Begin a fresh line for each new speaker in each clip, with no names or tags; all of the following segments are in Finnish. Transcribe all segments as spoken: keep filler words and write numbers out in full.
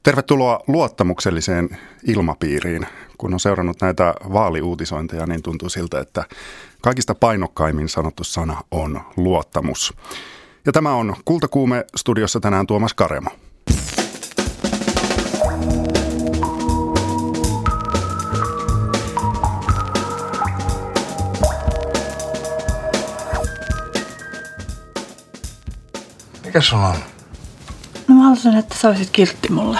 Tervetuloa luottamukselliseen ilmapiiriin. Kun on seurannut näitä vaaliuutisointeja, niin tuntuu siltä, että kaikista painokkaimmin sanottu sana on luottamus. Ja tämä on Kultakuume, studiossa tänään Tuomas Karemo.
Mikä sulla on?
No mä haluaisin, että sä olisit kiltti mulle.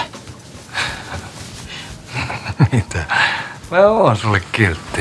Mitä? Mä oon sulle kiltti.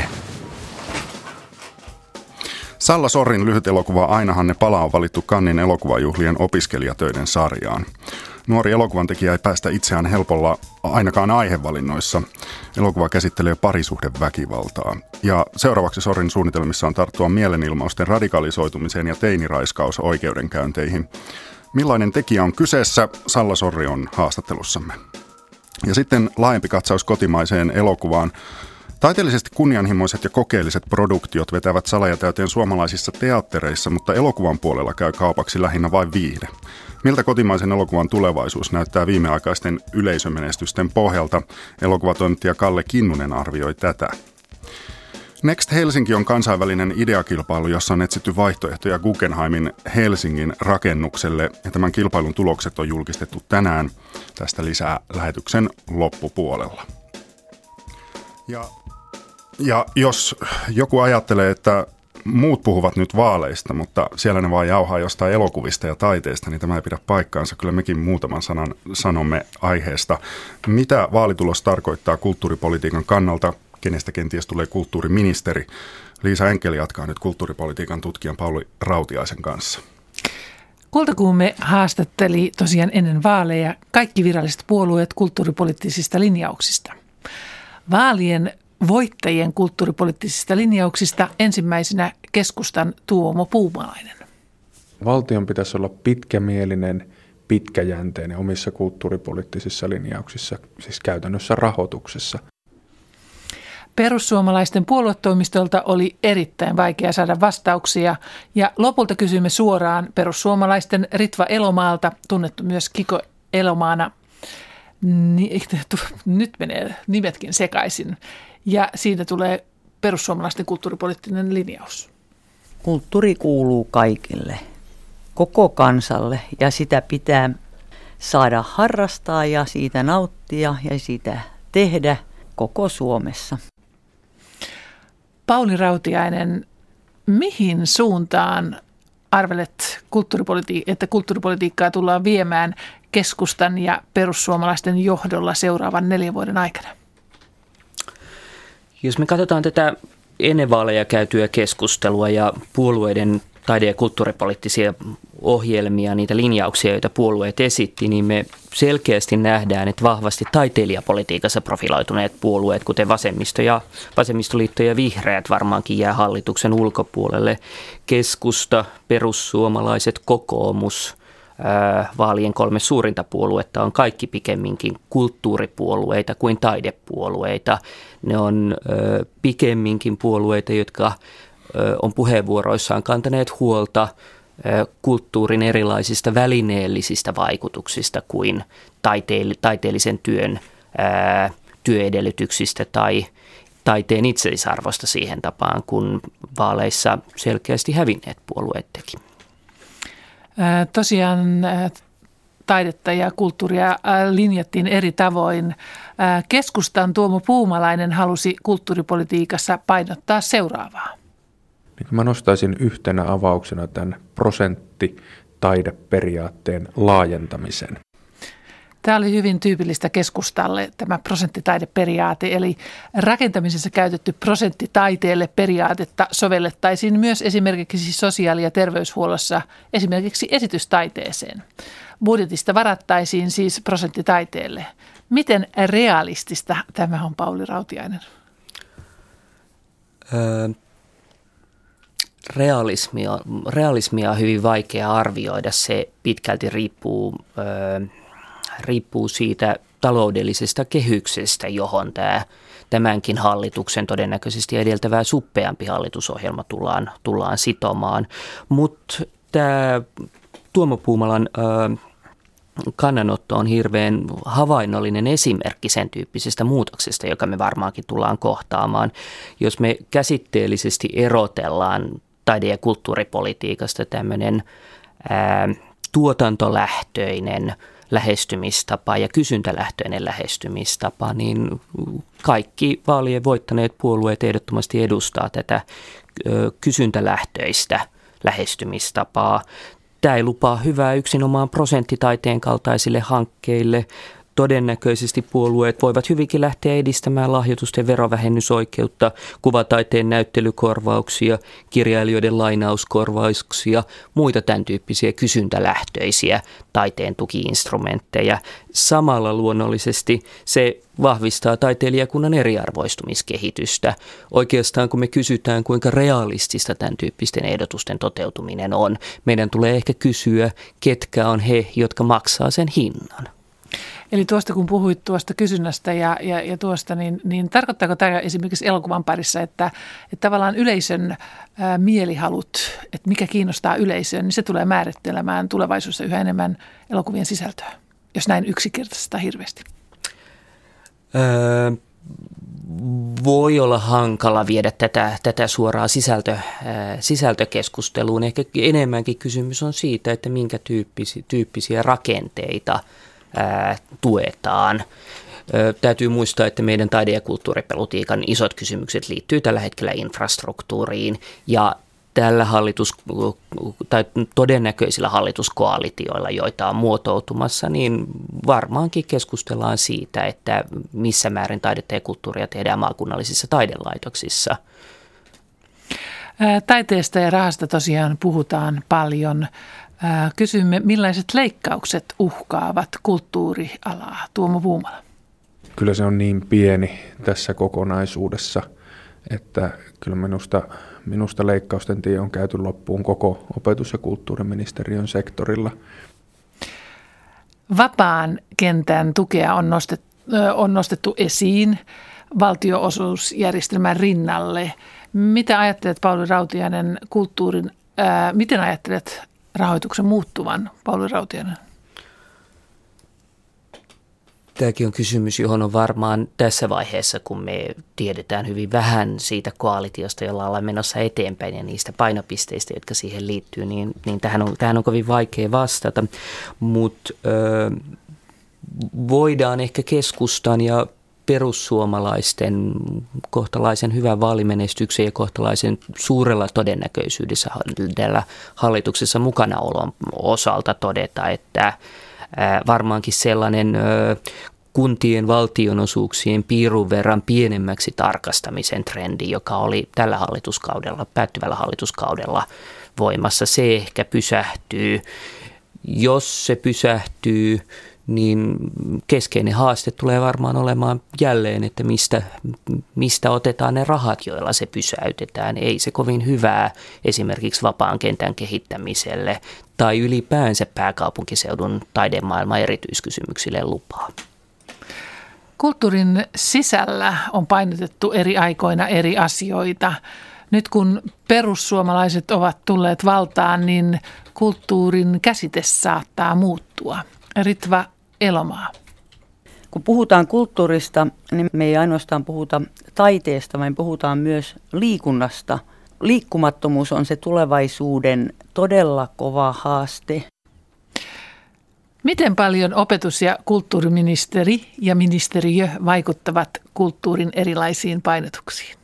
Salla Sorin lyhyt elokuva Ainahan pala on valittu Cannesin elokuvajuhlien opiskelijatöiden sarjaan. Nuori elokuvantekijä ei päästä itseään helpolla ainakaan aihevalinnoissa. Elokuva käsittelee parisuhdeväkivaltaa. Ja seuraavaksi Sorin suunnitelmissa on tarttua mielenilmausten radikalisoitumiseen ja teiniraiskaus oikeudenkäynteihin. Millainen tekijä on kyseessä? Salla Sorri on haastattelussamme. Ja sitten laajempi katsaus kotimaiseen elokuvaan. Taiteellisesti kunnianhimoiset ja kokeelliset produktiot vetävät salaja täyteen suomalaisissa teattereissa, mutta elokuvan puolella käy kaupaksi lähinnä vain viihde. Miltä kotimaisen elokuvan tulevaisuus näyttää viimeaikaisten yleisömenestysten pohjalta? Elokuvatoimittaja Kalle Kinnunen arvioi tätä. Next Helsinki on kansainvälinen ideakilpailu, jossa on etsitty vaihtoehtoja Guggenheimin Helsingin rakennukselle. Ja tämän kilpailun tulokset on julkistettu tänään. Tästä lisää lähetyksen loppupuolella. Ja, ja jos joku ajattelee, että muut puhuvat nyt vaaleista, mutta siellä ne vaan jauhaa jostain elokuvista ja taiteesta, niin tämä ei pidä paikkaansa. Kyllä mekin muutaman sanan sanomme aiheesta. Mitä vaalitulos tarkoittaa kulttuuripolitiikan kannalta? Kenestä kenties tulee kulttuuriministeri? Liisa Enkel jatkaa nyt kulttuuripolitiikan tutkijan Pauli Rautiaisen kanssa.
Kultakuume haastatteli tosiaan ennen vaaleja kaikki viralliset puolueet kulttuuripoliittisista linjauksista. Vaalien voittajien kulttuuripoliittisista linjauksista ensimmäisenä keskustan Tuomo Puumalainen.
Valtion pitäisi olla pitkämielinen, pitkäjänteinen omissa kulttuuripoliittisissa linjauksissa, siis käytännössä rahoituksessa.
Perussuomalaisten puoluetoimistolta oli erittäin vaikea saada vastauksia ja lopulta kysymme suoraan perussuomalaisten Ritva Elomaalta, tunnettu myös Kiko Elomaana. Nyt menee nimetkin sekaisin. Ja siitä tulee perussuomalaisten kulttuuripoliittinen linjaus.
Kulttuuri kuuluu kaikille, koko kansalle, ja sitä pitää saada harrastaa ja siitä nauttia ja siitä tehdä koko Suomessa.
Pauli Rautiainen, mihin suuntaan arvelet, kulttuuripoliti- että kulttuuripolitiikkaa tullaan viemään keskustan ja perussuomalaisten johdolla seuraavan neljän vuoden aikana?
Jos me katsotaan tätä ennen vaaleja käytyä keskustelua ja puolueiden taide- ja kulttuuripoliittisia ohjelmia, niitä linjauksia, joita puolueet esitti, niin me selkeästi nähdään, että vahvasti taiteilijapolitiikassa profiloituneet puolueet, kuten vasemmisto ja, vasemmistoliitto ja vihreät, varmaankin jää hallituksen ulkopuolelle. Keskusta, perussuomalaiset, kokoomus, ää, vaalien kolme suurinta puoluetta on kaikki pikemminkin kulttuuripuolueita kuin taidepuolueita. Ne on ää, pikemminkin puolueita, jotka on puheenvuoroissaan kantaneet huolta kulttuurin erilaisista välineellisistä vaikutuksista kuin taiteellisen työn ää, työedellytyksistä tai taiteen itseisarvosta siihen tapaan, kun vaaleissa selkeästi hävinneet puolueet teki.
Ää, tosiaan ää, taidetta ja kulttuuria ää, linjattiin eri tavoin. Ää, keskustan Tuomo Puumalainen halusi kulttuuripolitiikassa painottaa seuraavaa.
Mä nostaisin yhtenä avauksena tämän prosenttitaideperiaatteen laajentamisen.
Tämä oli hyvin tyypillistä keskustalle, tämä prosenttitaideperiaate, eli rakentamisessa käytetty prosenttitaiteelle periaatetta sovellettaisiin myös esimerkiksi sosiaali- ja terveyshuollossa, esimerkiksi esitystaiteeseen. Budjetista varattaisiin siis prosenttitaiteelle. Miten realistista tämä on, Pauli Rautiainen?
Öö. Realismia, realismia on hyvin vaikea arvioida. Se pitkälti riippuu, ö, riippuu siitä taloudellisesta kehyksestä, johon tämä, tämänkin hallituksen todennäköisesti edeltävää suppeampi hallitusohjelma tullaan, tullaan sitomaan. Mutta tämä Tuomo Puumalan ö, kannanotto on hirveän havainnollinen esimerkki sen tyyppisestä muutoksesta, joka me varmaankin tullaan kohtaamaan. Jos me käsitteellisesti erotellaan taide- ja kulttuuripolitiikasta tämmöinen ää, tuotantolähtöinen lähestymistapa ja kysyntälähtöinen lähestymistapa, niin kaikki vaalien voittaneet puolueet ehdottomasti edustaa tätä ö, kysyntälähtöistä lähestymistapaa. Tämä ei lupaa hyvää yksinomaan prosenttitaiteen kaltaisille hankkeille. Todennäköisesti puolueet voivat hyvinkin lähteä edistämään lahjoitusten verovähennysoikeutta, kuvataiteen näyttelykorvauksia, kirjailijoiden lainauskorvauksia, muita tämän tyyppisiä kysyntälähtöisiä taiteen tuki-instrumentteja. Samalla luonnollisesti se vahvistaa taiteilijakunnan eriarvoistumiskehitystä. Oikeastaan kun me kysytään, kuinka realistista tämän tyyppisten ehdotusten toteutuminen on, meidän tulee ehkä kysyä, ketkä on he, jotka maksaa sen hinnan.
Eli tuosta kun puhuit tuosta kysynnästä ja, ja, ja tuosta, niin, niin tarkoittaako tämä esimerkiksi elokuvan parissa, että, että tavallaan yleisön ää, mielihalut, että mikä kiinnostaa yleisöä, niin se tulee määrittelemään tulevaisuudessa yhä enemmän elokuvien sisältöä, jos näin yksinkertaisesti hirveästi?
Öö, voi olla hankala viedä tätä, tätä suoraa sisältö, ää, sisältökeskusteluun. Ehkä enemmänkin kysymys on siitä, että minkä tyyppisiä, tyyppisiä rakenteita Ää, tuetaan. Ö, täytyy muistaa, että meidän taide- ja kulttuuripolitiikan isot kysymykset liittyy tällä hetkellä infrastruktuuriin ja tällä hallitus, tai todennäköisillä hallituskoalitioilla, joita on muotoutumassa, niin varmaankin keskustellaan siitä, että missä määrin taidetta ja kulttuuria tehdään maakunnallisissa taidelaitoksissa.
Taiteesta ja rahasta tosiaan puhutaan paljon. Kysymme, millaiset leikkaukset uhkaavat kulttuurialaa? Tuomo Puumala.
Kyllä se on niin pieni tässä kokonaisuudessa, että kyllä minusta, minusta leikkausten tie on käyty loppuun koko opetus- ja kulttuuriministeriön sektorilla.
Vapaan kentän tukea on nostettu, on nostettu esiin valtionosuusjärjestelmän rinnalle. Mitä ajattelet, Pauli Rautiainen, kulttuurin, ää, miten ajattelet rahoituksen muuttuvan, Pauli Rautiainen?
Tämäkin on kysymys, johon on varmaan tässä vaiheessa, kun me tiedetään hyvin vähän siitä koalitiosta, jolla ollaan menossa eteenpäin ja niistä painopisteistä, jotka siihen liittyy, niin, niin tähän, on, tähän on kovin vaikea vastata. Mutta voidaan ehkä keskustan ja perussuomalaisten kohtalaisen hyvän vaalimenestyksen ja kohtalaisen suurella todennäköisyydessä hallituksessa mukanaolon osalta todeta, että varmaankin sellainen kuntien valtionosuuksien piirun verran pienemmäksi tarkastamisen trendi, joka oli tällä hallituskaudella, päättyvällä hallituskaudella voimassa, se ehkä pysähtyy. Jos se pysähtyy, niin keskeinen haaste tulee varmaan olemaan jälleen, että mistä, mistä otetaan ne rahat, joilla se pysäytetään. Ei se kovin hyvää esimerkiksi vapaan kentän kehittämiselle tai ylipäänsä pääkaupunkiseudun taidemaailman erityiskysymyksille lupaa.
Kulttuurin sisällä on painotettu eri aikoina eri asioita. Nyt kun perussuomalaiset ovat tulleet valtaan, niin kulttuurin käsite saattaa muuttua. Ritva Elomaa.
Kun puhutaan kulttuurista, niin me ei ainoastaan puhuta taiteesta, vaan puhutaan myös liikunnasta. Liikkumattomuus on se tulevaisuuden todella kova haaste.
Miten paljon opetus- ja kulttuuriministeri ja ministeriö vaikuttavat kulttuurin erilaisiin painotuksiin?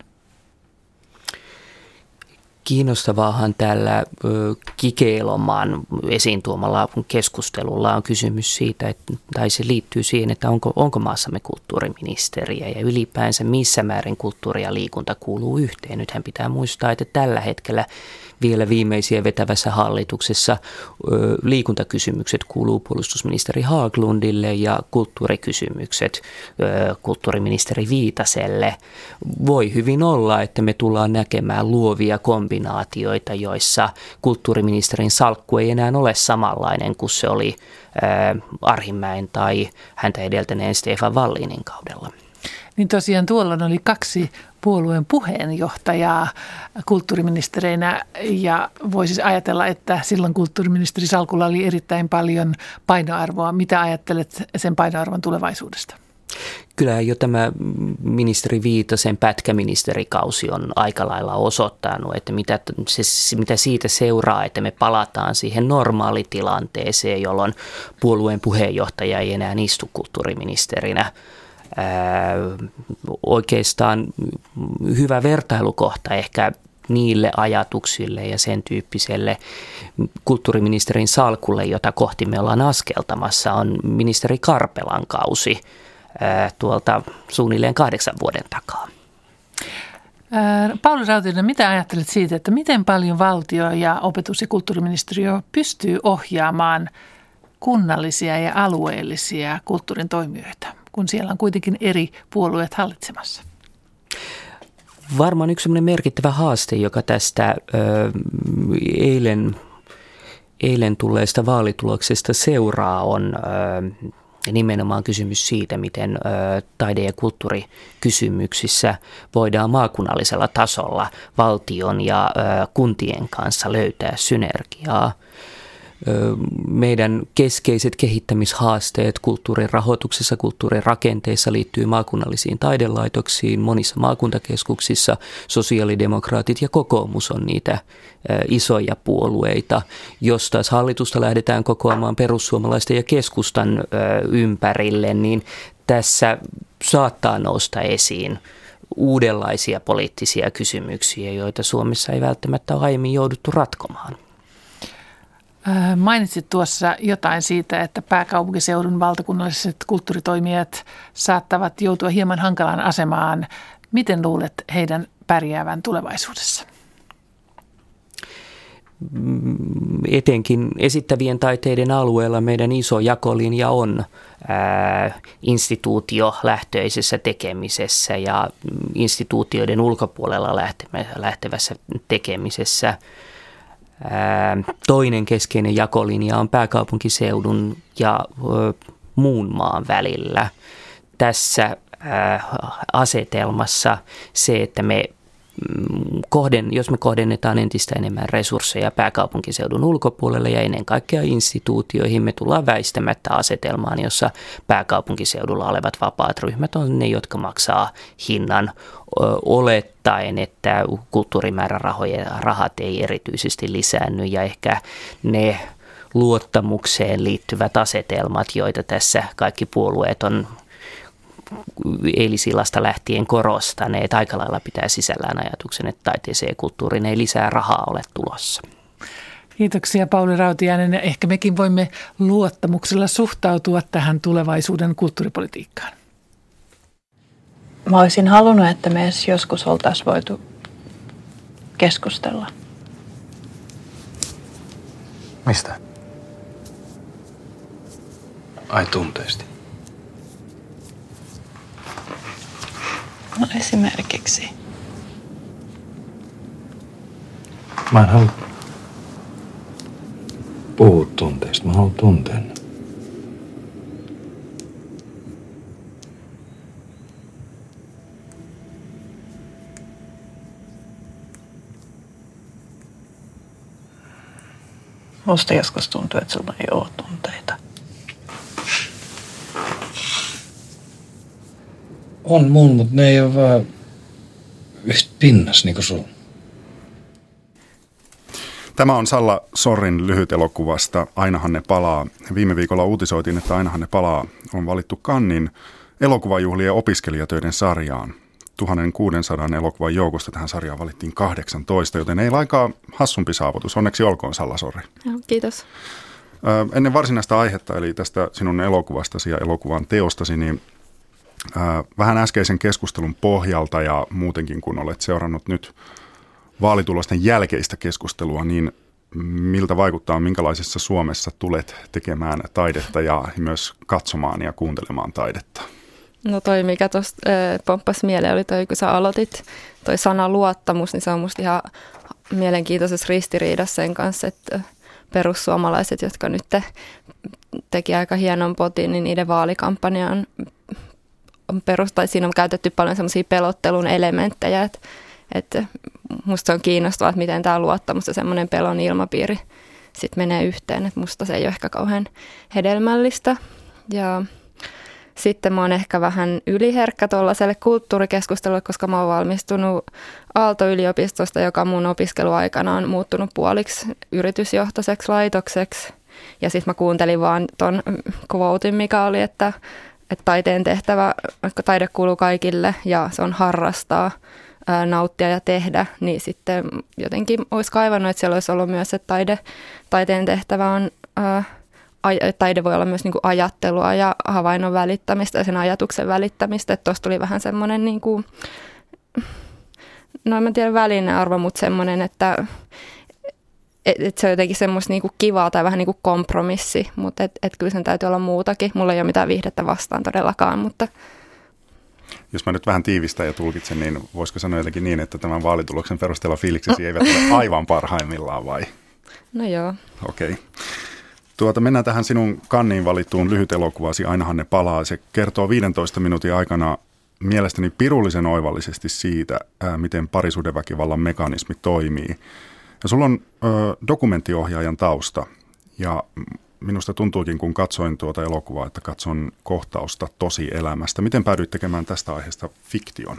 Kiinnostavaahan tällä Kike Elomaan esiin tuomalla keskustelulla on kysymys siitä, että, tai se liittyy siihen, että onko, onko maassamme kulttuuriministeriä ja ylipäänsä missä määrin kulttuuri ja liikunta kuuluu yhteen. Nythän pitää muistaa, että tällä hetkellä vielä viimeisiä vetävässä hallituksessa ö, liikuntakysymykset kuuluu puolustusministeri Haglundille ja kulttuurikysymykset ö, kulttuuriministeri Viitaselle. Voi hyvin olla, että me tullaan näkemään luovia kombinaatioita, joissa kulttuuriministerin salkku ei enää ole samanlainen kuin se oli ö, Arhinmäen tai häntä edeltäneen Stefan Wallinin kaudella.
Niin tosiaan tuolloin oli kaksi puolueen puheenjohtajaa kulttuuriministerinä ja voisi ajatella, että silloin kulttuuriministeri salkulla oli erittäin paljon painoarvoa. Mitä ajattelet sen painoarvon tulevaisuudesta?
Kyllä jo tämä ministeri Viitasen pätkäministerikausi on aika lailla osoittanut, että mitä, se, mitä siitä seuraa, että me palataan siihen normaalitilanteeseen, jolloin puolueen puheenjohtaja ei enää istu kulttuuriministerinä. Ää, oikeastaan hyvä vertailukohta ehkä niille ajatuksille ja sen tyyppiselle kulttuuriministerin salkulle, jota kohti me ollaan askeltamassa, on ministeri Karpelan kausi tuolta suunnilleen kahdeksan vuoden takaa.
Pauli Rautiainen, mitä ajattelet siitä, että miten paljon valtio ja opetus- ja kulttuuriministeriö pystyy ohjaamaan kunnallisia ja alueellisia kulttuurin toimijoita, kun siellä on kuitenkin eri puolueet hallitsemassa?
Varmaan yksi sellainen merkittävä haaste, joka tästä ö, eilen, eilen tulleesta vaalituloksesta seuraa, on ö, nimenomaan kysymys siitä, miten ö, taide- ja kulttuurikysymyksissä voidaan maakunnallisella tasolla valtion ja ö, kuntien kanssa löytää synergiaa. Meidän keskeiset kehittämishaasteet kulttuurin rahoituksessa, kulttuurin rakenteissa liittyy maakunnallisiin taidelaitoksiin. Monissa maakuntakeskuksissa sosiaalidemokraatit ja kokoomus on niitä isoja puolueita. Jos taas hallitusta lähdetään kokoamaan perussuomalaisten ja keskustan ympärille, niin tässä saattaa nousta esiin uudenlaisia poliittisia kysymyksiä, joita Suomessa ei välttämättä ole aiemmin jouduttu ratkomaan.
Mainitsit tuossa jotain siitä, että pääkaupunkiseudun valtakunnalliset kulttuuritoimijat saattavat joutua hieman hankalaan asemaan. Miten luulet heidän pärjäävän tulevaisuudessa?
Etenkin esittävien taiteiden alueella meidän iso jakolinja on ää, instituutiolähtöisessä tekemisessä ja instituutioiden ulkopuolella lähtevässä tekemisessä. Toinen keskeinen jakolinja on pääkaupunkiseudun ja muun maan välillä. Tässä asetelmassa se, että me kohden, jos me kohdennetaan entistä enemmän resursseja pääkaupunkiseudun ulkopuolelle ja ennen kaikkea instituutioihin, me tullaan väistämättä asetelmaan, jossa pääkaupunkiseudulla olevat vapaat ryhmät on ne, jotka maksaa hinnan olettaen, että kulttuurimäärärahat ei erityisesti lisäänny ja ehkä ne luottamukseen liittyvät asetelmat, joita tässä kaikki puolueet on eilisillasta lähtien korostaneet, aika lailla pitää sisällään ajatuksen, että taiteeseen ja kulttuuriin ei lisää rahaa ole tulossa.
Kiitoksia Pauli Rautiainen, ja ehkä mekin voimme luottamuksella suhtautua tähän tulevaisuuden kulttuuripolitiikkaan.
Mä olisin halunnut, että me edes joskus oltaisiin voitu keskustella.
Mistä? Ai tunteesti.
No esimerkiksi.
Mä en halua puhua tunteista, mä haluan tuntea ne.
Musta joskus tuntuu, että sulla ei ole tunteita.
On mun, mutta ne ei ole vaan yhtä pinnas niin kuin sun.
Tämä on Salla Sorrin lyhytelokuvasta Ainahan ne palaa. Viime viikolla uutisoitiin, että Ainahan ne palaa on valittu Cannesin elokuvajuhlien opiskelijatöiden sarjaan. tuhatkuusisataa elokuvan joukosta tähän sarjaan valittiin kahdeksantoista, joten ei lainkaan hassumpi saavutus. Onneksi olkoon, Salla Sorri.
Kiitos.
Ennen varsinaista aihetta, eli tästä sinun elokuvastasi ja elokuvan teostasi, niin vähän äskeisen keskustelun pohjalta ja muutenkin, kun olet seurannut nyt vaalitulosten jälkeistä keskustelua, niin miltä vaikuttaa, minkälaisessa Suomessa tulet tekemään taidetta ja myös katsomaan ja kuuntelemaan taidetta?
No toi, mikä tuosta äh, pomppasi mieleen, oli toi, kun sä aloitit, toi sana luottamus, niin se on musta ihan mielenkiintoisessa ristiriidassa sen kanssa, että perussuomalaiset, jotka nyt te, teki aika hienon potin, niin niiden vaalikampanja on perus, tai siinä on käytetty paljon semmoisia pelottelun elementtejä, että, että musta se on kiinnostavaa, että miten tämä luottamus ja semmoinen pelon ilmapiiri sitten menee yhteen, että musta se ei ole ehkä kauhean hedelmällistä. Ja sitten mä oon ehkä vähän yliherkkä tuollaiselle kulttuurikeskustelulle, koska mä oon valmistunut Aalto-yliopistosta, joka mun opiskeluaikana on muuttunut puoliksi yritysjohtoiseksi laitokseksi. Ja sitten mä kuuntelin vaan ton quotein, mikä oli, että, että taiteen tehtävä, että taide kuuluu kaikille ja se on harrastaa, ää, nauttia ja tehdä. Niin sitten jotenkin olisi kaivannut, että siellä olisi ollut myös, että taide, taiteen tehtävä on... Ää, taide voi olla myös niin kuin ajattelua ja havainnon välittämistä ja sen ajatuksen välittämistä. Että tuossa tuli vähän semmoinen, niin kuin, no en mä tiedä välinearvo, mutta semmoinen, että et, et se on jotenkin semmoista niin kuin kivaa tai vähän niin kuin kompromissi, mutta et, et kyllä sen täytyy olla muutakin. Mulla ei ole mitään viihdettä vastaan todellakaan, mutta...
Jos mä nyt vähän tiivistän ja tulkitsen, niin voisiko sanoa jotenkin niin, että tämän vaalituloksen perusteella fiiliksesi eivät ole aivan parhaimmillaan vai?
No joo.
Okei. Okay. Tuota, mennään tähän sinun kanniin valittuun lyhyt elokuvasi Ainahan ne palaa. Se kertoo viidentoista minuutin aikana mielestäni pirullisen oivallisesti siitä, ää, miten parisuhdeväkivallan mekanismi toimii. Ja sulla on ö, dokumenttiohjaajan tausta ja minusta tuntuukin, kun katsoin tuota elokuvaa, että katson kohtausta tosielämästä. Miten päädyit tekemään tästä aiheesta fiktion?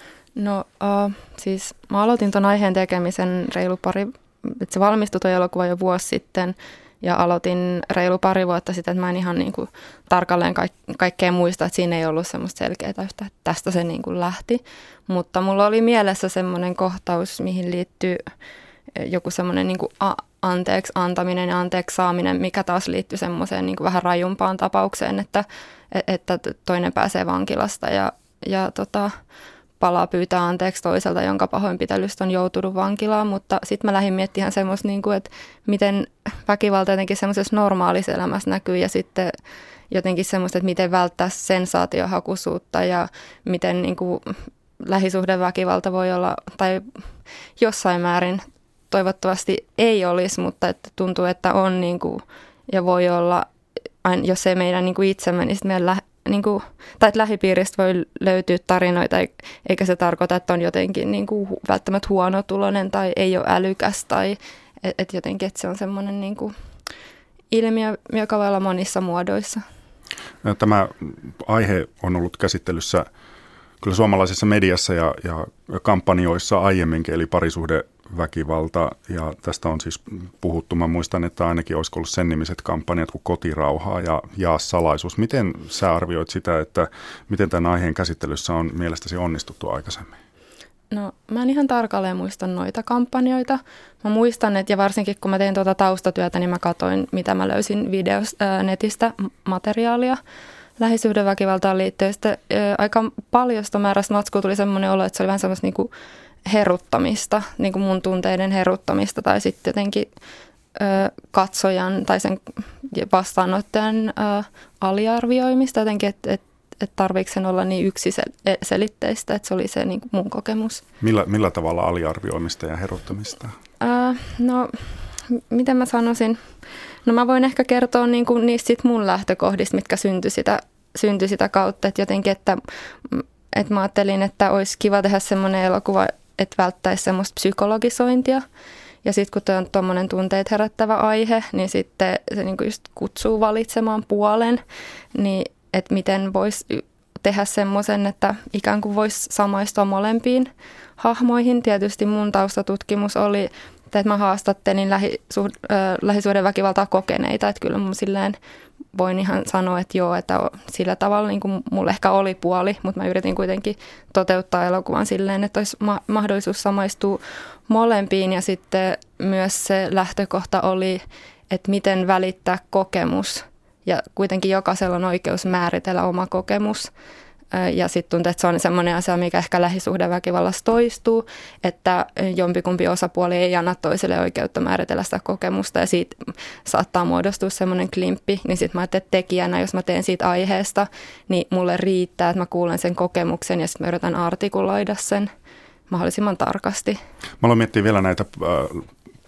No uh, siis mä aloitin ton aiheen tekemisen reilu pari, että se valmistui tuo elokuva jo vuosi sitten. Ja aloitin reilu pari vuotta sitten, että mä en ihan niin kuin tarkalleen kaik- kaikkea muista, että siinä ei ollut semmoista selkeää yhtä, että tästä se niin kuin lähti. Mutta mulla oli mielessä semmoinen kohtaus, mihin liittyy joku semmoinen niin kuin a- anteeksi antaminen ja anteeksi saaminen, mikä taas liittyy semmoiseen niin kuin vähän rajumpaan tapaukseen, että, että toinen pääsee vankilasta ja, ja tota, palaa pyytää anteeksi toiselta, jonka pahoinpitelystä on joutunut vankilaan, mutta sitten mä lähdin miettimään semmoista, niin kuin, että miten väkivalta jotenkin semmoisessa normaalissa elämässä näkyy ja sitten jotenkin semmoista, että miten välttää sensaatiohakuisuutta ja miten niin kuin lähisuhdeväkivalta voi olla, tai jossain määrin toivottavasti ei olisi, mutta että tuntuu, että on niin kuin, ja voi olla, jos ei meidän niin kuin itsemme, niin sitten meidän lä- niin kuin, tai että lähipiiristä voi löytyä tarinoita, eikä se tarkoita, että on jotenkin niin kuin välttämättä huonotuloinen tai ei ole älykäs tai et, et jotenkin, että se on semmoinen niin kuin ilmiö, joka voi olla monissa muodoissa.
Tämä aihe on ollut käsittelyssä kyllä suomalaisessa mediassa ja, ja kampanjoissa aiemminkin, eli parisuhdeväkivalta, ja tästä on siis puhuttu. Mä muistan, että ainakin olisiko ollut sen nimiset kampanjat kuin Kotirauhaa ja Jaa salaisuus. Miten sä arvioit sitä, että miten tämän aiheen käsittelyssä on mielestäsi onnistuttu aikaisemmin?
No mä en ihan tarkalleen muista noita kampanjoita. Mä muistan, että ja varsinkin kun mä tein tuota taustatyötä, niin mä katsoin, mitä mä löysin videosta, ää, netistä materiaalia lähisuhdeväkivaltaan liittyen. Sitten ää, aika paljosta määrästä matskua tuli semmoinen olo, että se oli vähän semmoista niinku heruttamista, niinku mun tunteiden heruttamista tai sitten jotenkin ää, katsojan tai sen vastaanottajan ää, aliarvioimista jotenkin, että et, että tarviiko sen olla niin yksiselitteistä, että se oli se niin kuin mun kokemus.
Millä, millä tavalla aliarvioimista ja heruttamista?
Äh, no, miten mä sanoisin? No mä voin ehkä kertoa niin kuin niistä sit mun lähtökohdista, mitkä syntyi sitä, syntyi sitä kautta. Että jotenkin, että, että mä ajattelin, että olisi kiva tehdä semmoinen elokuva, että välttäisi semmoista psykologisointia. Ja sitten kun tuo on tuommoinen tunteet herättävä aihe, niin sitten se niin kuin just kutsuu valitsemaan puolen, niin että miten voisi tehdä semmoisen, että ikään kuin voisi samaistua molempiin hahmoihin. Tietysti mun taustatutkimus oli, että mä haastattelin lähisuhde, äh, lähisuhdeväkivaltaa kokeneita, että kyllä mun silleen voin ihan sanoa, että joo, että sillä tavalla niin kuin mulla ehkä oli puoli, mutta mä yritin kuitenkin toteuttaa elokuvan silleen, että olisi ma- mahdollisuus samaistua molempiin ja sitten myös se lähtökohta oli, että miten välittää kokemus. Ja kuitenkin jokaisella on oikeus määritellä oma kokemus. Ja sitten tuntuu, että se on semmoinen asia, mikä ehkä lähisuhdeväkivallassa toistuu, että jompikumpi osapuoli ei anna toiselle oikeutta määritellä sitä kokemusta ja siitä saattaa muodostua semmoinen klimppi. Niin sitten mä ajattelin, että tekijänä, jos mä teen siitä aiheesta, niin mulle riittää, että mä kuulen sen kokemuksen ja sitten mä yritän artikuloida sen mahdollisimman tarkasti. Mä
aloin miettiä vielä näitä äh,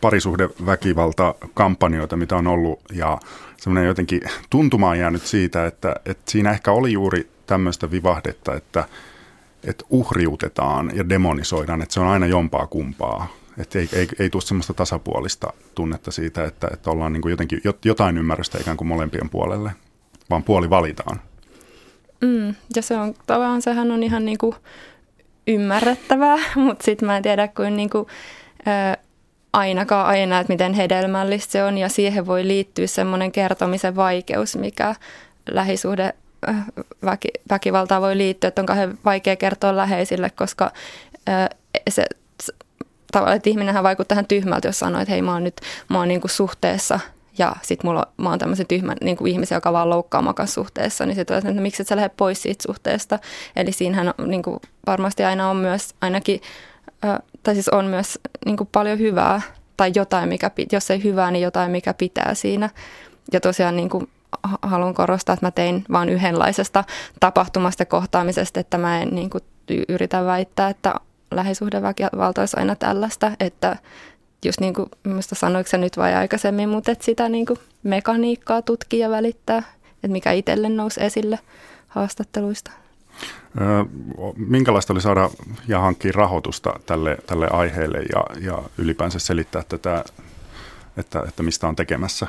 parisuhdeväkivalta-kampanjoita, mitä on ollut ja semmoinen jotenkin tuntuma on jäänyt siitä, että, että siinä ehkä oli juuri tämmöistä vivahdetta, että, että uhriutetaan ja demonisoidaan, että se on aina jompaa kumpaa. Että ei, ei, ei tule semmoista tasapuolista tunnetta siitä, että, että ollaan niin kuin jotenkin jotain ymmärrystä ikään kuin molempien puolelle, vaan puoli valitaan.
Mm, ja se on tavallaan, sehän on ihan niin kuin ymmärrettävää, mutta sitten mä en tiedä kuin, niin kuin ää, ainakaan aina, että miten hedelmällistä se on, ja siihen voi liittyä semmoinen kertomisen vaikeus, mikä lähisuhde väki, väkivaltaa voi liittyä, että on kauhean vaikea kertoa läheisille, koska ää, se tavallaan, että ihminenhän vaikuttaa tähän tyhmältä, jos sanoo, että hei, mä oon nyt mä oon niin kuin suhteessa, ja sit mulla, mä oon tämmöisen tyhmän niin kuin ihmisen, joka vaan loukkaa makan suhteessa, niin sitten että no, miksi et sä lähde pois siitä suhteesta. Eli siinähän niin kuin varmasti aina on myös, ainakin, äh, tai siis on myös niin kuin paljon hyvää, tai jotain, mikä, jos ei hyvää, niin jotain, mikä pitää siinä. Ja tosiaan niin kuin haluan korostaa, että mä tein vaan yhdenlaisesta tapahtumasta ja kohtaamisesta, että mä en niin kuin yritä väittää, että lähisuhdeväkivalta olisi aina tällaista, että just niin kuin, minusta sanoiko se nyt vai aikaisemmin, mutta että sitä niin kuin mekaniikkaa tutkii ja välittää, että mikä itselle nousi esille haastatteluista.
Öö, minkälaista oli saada ja hankkia rahoitusta tälle, tälle aiheelle ja, ja ylipäänsä selittää tätä, että, että mistä on tekemässä?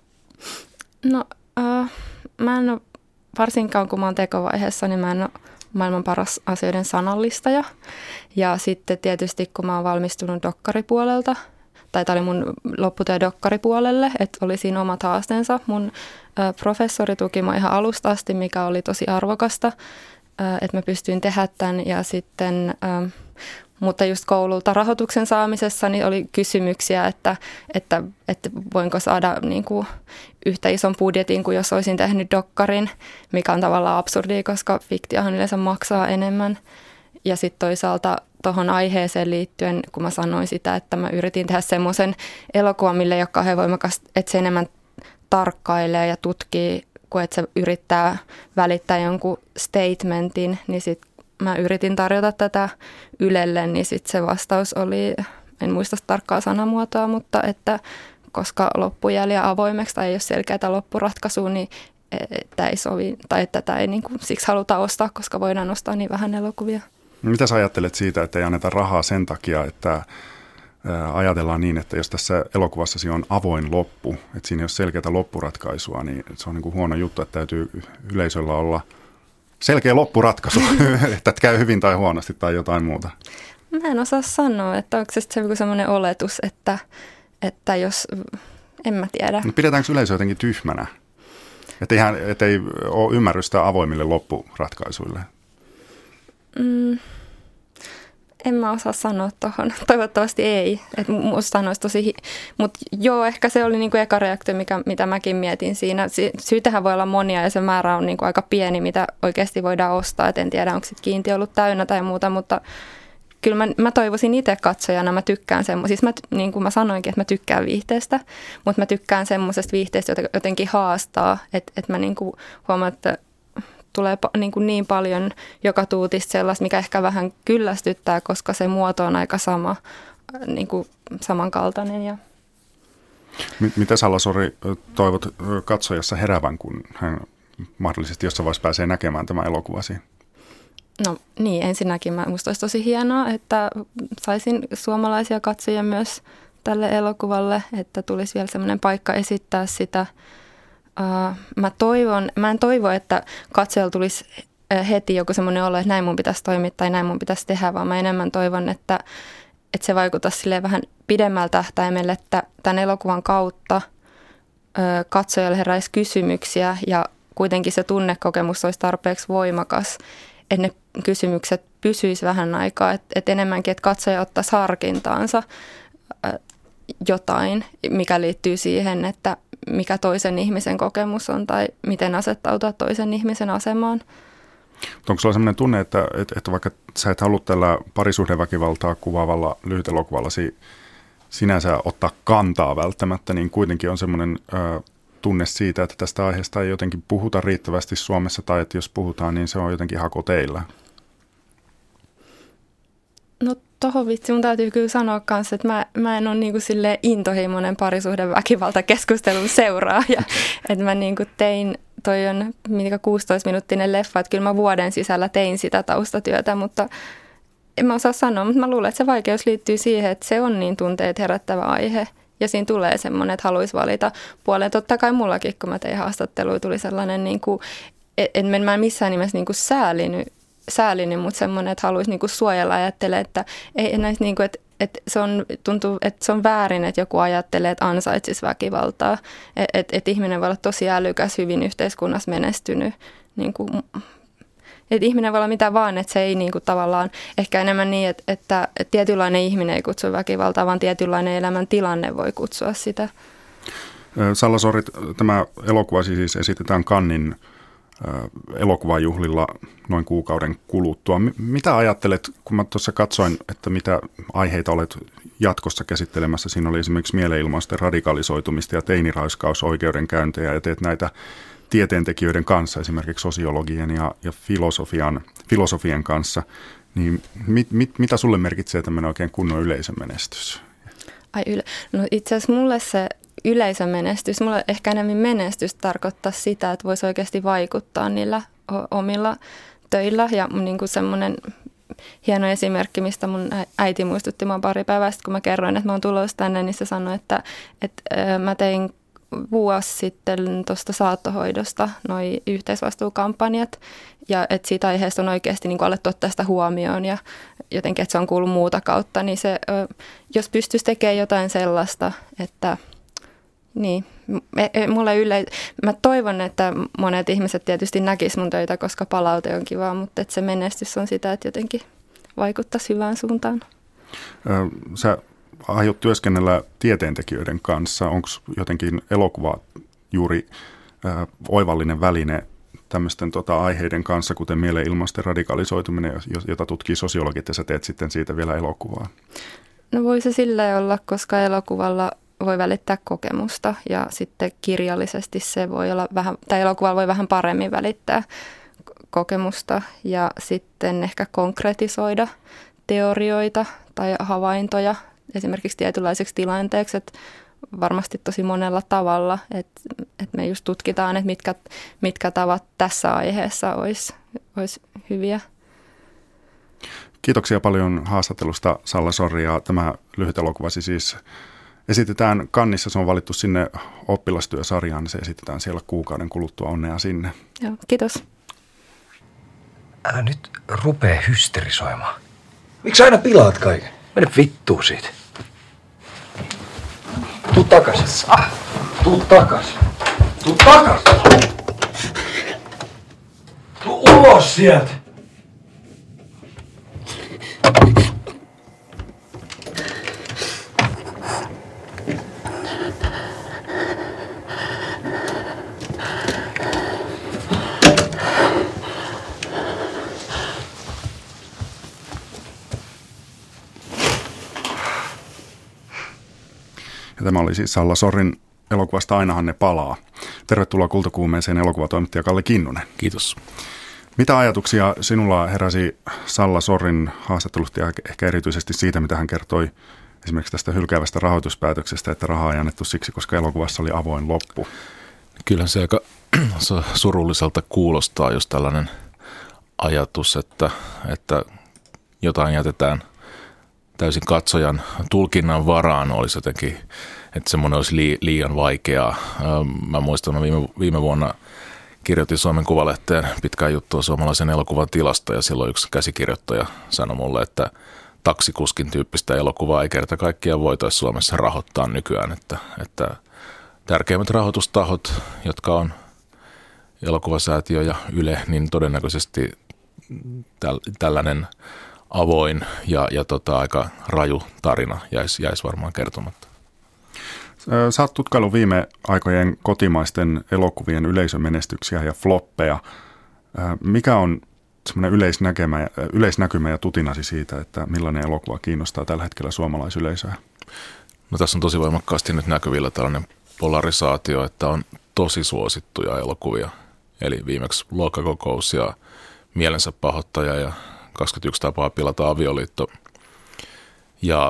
No äh, mä en ole, varsinkaan kun mä oon tekovaiheessa, niin mä en ole maailman paras asioiden sanallistaja. Ja sitten tietysti kun mä oon valmistunut dokkaripuolelta, tai tämä oli mun lopputyö dokkaripuolelle, että oli siinä omat haasteensa. Mun ö, professori tuki mua ihan alusta asti, mikä oli tosi arvokasta, ö, että mä pystyin tehdä tämän. Ja sitten, ö, mutta just koululta rahoituksen saamisessa niin oli kysymyksiä, että, että, että voinko saada niin kuin yhtä ison budjetin kuin jos olisin tehnyt dokkarin, mikä on tavallaan absurdia, koska fiktiohan yleensä maksaa enemmän. Ja sitten toisaalta tuohon aiheeseen liittyen, kun mä sanoin sitä, että mä yritin tehdä semmoisen elokuvan, mille ei ole kauhean voimakas, että se enemmän tarkkailee ja tutkii, kun että se yrittää välittää jonkun statementin, niin sitten mä yritin tarjota tätä Ylelle, niin sitten se vastaus oli, en muista tarkkaa sanamuotoa, mutta että koska loppu jää liian avoimeksi tai ei ole selkeää loppuratkaisua, niin tämä ei sovi, tai että tätä ei niin kuin, siksi haluta ostaa, koska voidaan ostaa niin vähän elokuvia.
Mitä sä ajattelet siitä, että ei anneta rahaa sen takia, että ajatellaan niin, että jos tässä elokuvassasi on avoin loppu, että siinä ei ole selkeää loppuratkaisua, niin se on niin kuin huono juttu, että täytyy yleisöllä olla selkeä loppuratkaisu, että käy hyvin tai huonosti tai jotain muuta.
Mä en osaa sanoa, että onko se sitten semmoinen oletus, että, että jos, en mä tiedä.
No pidetäänkö yleisö jotenkin tyhmänä? Että et ei ole ymmärrystä avoimille loppuratkaisuille?
Mm, en mä osaa sanoa tuohon. Toivottavasti ei. Et musta olisi tosi... Mutta joo, ehkä se oli niinku eka reaktio, mikä, mitä mäkin mietin siinä. Syytähän voi olla monia ja se määrä on niinku aika pieni, mitä oikeasti voidaan ostaa. Et en tiedä, onko sit kiintiö ollut täynnä tai muuta, mutta kyllä mä, mä toivoisin itse katsojana, mä tykkään semmoisista, siis niin kuin mä sanoinkin, että mä tykkään viihteestä, mutta mä tykkään semmoisesta viihteestä, jota jotenkin haastaa, että, että mä niin kuin huomaan, että tulee niin, kuin niin paljon joka tuutista sellaista, mikä ehkä vähän kyllästyttää, koska se muoto on aika sama, niin kuin samankaltainen. Ja
mitä Salosori toivot katsojassa heräävän, kun hän mahdollisesti jossain vaiheessa pääsee näkemään tämän elokuvasi?
No niin, ensinnäkin mä, musta olisi tosi hienoa, että saisin suomalaisia katsojia myös tälle elokuvalle, että tulisi vielä semmoinen paikka esittää sitä. Uh, mä toivon, mä en toivo, että katsojalla tulisi heti joku semmoinen olo, että näin mun pitäisi toimia tai näin mun pitäisi tehdä, vaan mä enemmän toivon, että, että se vaikuttaisi silleen vähän pidemmällä tähtäimellä, että tämän elokuvan kautta uh, katsojalle heräisi kysymyksiä ja kuitenkin se tunnekokemus olisi tarpeeksi voimakas, että ne kysymykset pysyisi vähän aikaa, että, että enemmänkin, että katsoja ottaisi harkintaansa uh, jotain, mikä liittyy siihen, että mikä toisen ihmisen kokemus on tai miten asettautua toisen ihmisen asemaan.
Onko sulla sellainen tunne, että, että, että vaikka sä et halua tällä parisuhdeväkivaltaa kuvaavalla lyhytelokuvallasi sinänsä ottaa kantaa välttämättä, niin kuitenkin on semmoinen ö, tunne siitä, että tästä aiheesta ei jotenkin puhuta riittävästi Suomessa tai että jos puhutaan, niin se on jotenkin hakoteillä?
No tohon vitsi, mun täytyy kyllä sanoa kanssa, että mä, mä en ole niinku silleen intohimoinen parisuhdeväkivaltakeskustelun seuraaja. Että mä niinku tein toi on minkä kuusitoista-minuuttinen leffa, että kyllä mä vuoden sisällä tein sitä taustatyötä, mutta en mä osaa sanoa, mutta mä luulen, että se vaikeus liittyy siihen, että se on niin tunteet herättävä aihe. Ja siinä tulee semmoinen, että haluaisi valita puoleen. Totta kai mullakin, kun mä tein haastattelua, tuli sellainen, niin kuin, en mä missään nimessä niin kuin säälinyt, säälinyt, mutta semmoinen, että haluaisi niin kuin suojella ja ajattelee, että, ei, näistä, niin kuin, että, että se on, tuntuu, että se on väärin, että joku ajattelee, että ansaitsisi väkivaltaa. Että et, et ihminen voi olla tosi älykäs, hyvin yhteiskunnassa menestynyt. Niin kuin, että ihminen voi olla mitä vaan, että se ei niin kuin tavallaan ehkä enemmän niin, että, että tietynlainen ihminen ei kutsu väkivaltaa, vaan tietynlainen elämän tilanne voi kutsua sitä.
Salla Sori, tämä elokuva siis esitetään Cannesin elokuvajuhlilla noin kuukauden kuluttua. Mitä ajattelet, kun mä tuossa katsoin, että mitä aiheita olet jatkossa käsittelemässä? Siinä oli esimerkiksi mielenilmausten radikalisoitumista ja teiniraiskausoikeudenkäyntejä ja teet näitä tieteentekijöiden kanssa, esimerkiksi sosiologien ja, ja filosofian, filosofien kanssa, niin mit, mit, mitä sulle merkitsee tämmöinen oikein kunnon yleisömenestys?
Ai yle- no itse asiassa mulle se yleisömenestys, mulle ehkä enemmän menestys tarkoittaa sitä, että voisi oikeasti vaikuttaa niillä omilla töillä ja niin kuin semmoinen hieno esimerkki, mistä mun äiti muistutti mua pari päivää sitten, kun mä kerroin, että mä oon tulossa tänne, niin se sanoi, että, että mä tein vuosi sitten tuosta saattohoidosta noi yhteisvastuukampanjat ja että siitä aiheesta on oikeasti niin kuin alettu ottaa sitä huomioon ja jotenkin, että se on kuullut muuta kautta, niin se, jos pystyisi tekemään jotain sellaista, että niin, mulle yle, mä toivon, että monet ihmiset tietysti näkis mun töitä, koska palaute on kivaa, mutta että se menestys on sitä, että jotenkin vaikuttaisi hyvään suuntaan.
Sä aiot työskennellä tieteentekijöiden kanssa. Onko jotenkin elokuva juuri äh, oivallinen väline tämmöisten tota, aiheiden kanssa, kuten mielenilmausten radikalisoituminen, jota tutkii sosiologit, ja sä teet sitten siitä vielä elokuvaa?
No voi se silleen olla, koska elokuvalla voi välittää kokemusta, ja sitten kirjallisesti se voi olla vähän, tai elokuvalla voi vähän paremmin välittää kokemusta, ja sitten ehkä konkretisoida teorioita tai havaintoja, esimerkiksi tietynlaiseksi tilanteeksi, että varmasti tosi monella tavalla, että, että me just tutkitaan, että mitkä, mitkä tavat tässä aiheessa olisi, olisi hyviä.
Kiitoksia paljon haastattelusta, Salla Sori, ja tämä lyhyt elokuvasi siis esitetään Cannessa, se on valittu sinne oppilastyösarjaan, niin se esitetään siellä kuukauden kuluttua, onnea sinne.
Joo, kiitos.
Älä nyt rupee hysterisoimaan. Miksi aina pilaat kaiken? Mene vittuun siitä. Tuu takas. Ah, tuu takas. Tuu takas. Tuu ulos sieltä.
Ja tämä oli siis Salla Sorin elokuvasta Ainahan ne palaa. Tervetuloa Kultakuumeeseen elokuvatoimittaja Kalle Kinnunen.
Kiitos.
Mitä ajatuksia sinulla heräsi Salla Sorin haastattelusta ja ehkä erityisesti siitä, mitä hän kertoi esimerkiksi tästä hylkäävästä rahoituspäätöksestä, että rahaa ei annettu siksi, koska elokuvassa oli avoin loppu?
Kyllähän se aika surulliselta kuulostaa, jos tällainen ajatus, että, että jotain jätetään täysin katsojan tulkinnan varaan, olisi jotenkin, että semmoinen olisi liian vaikeaa. Mä muistan, että viime, viime vuonna kirjoitin Suomen Kuvalehteen pitkää juttua suomalaisen elokuvan tilasta, ja silloin yksi käsikirjoittaja sanoi mulle, että taksikuskin tyyppistä elokuvaa ei kerta kaikkiaan voitaisiin Suomessa rahoittaa nykyään, että, että tärkeimmät rahoitustahot, jotka on Elokuvasäätiö ja Yle, niin todennäköisesti täl, tällainen avoin ja, ja tota, aika raju tarina jäisi, jäisi varmaan kertomatta.
Sä oot tutkaillut viime aikojen kotimaisten elokuvien yleisömenestyksiä ja floppeja. Mikä on semmoinen yleisnäkemä, yleisnäkymä ja tutinasi siitä, että millainen elokuva kiinnostaa tällä hetkellä suomalaisyleisöä?
No tässä on tosi voimakkaasti nyt näkyvillä tällainen polarisaatio, että on tosi suosittuja elokuvia. Eli viimeksi Luokkakokous ja Mielensä pahoittaja ja kaksikymmentäyksi tapaa pilata avioliitto. Ja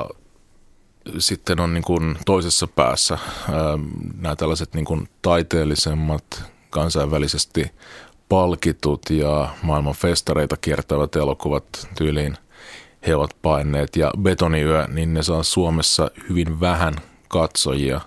sitten on niin kuin toisessa päässä ää, nämä tällaiset niin kuin taiteellisemmat, kansainvälisesti palkitut ja maailman festareita kiertävät elokuvat tyyliin He ovat paineet ja Betoniyö, niin ne saa Suomessa hyvin vähän katsojia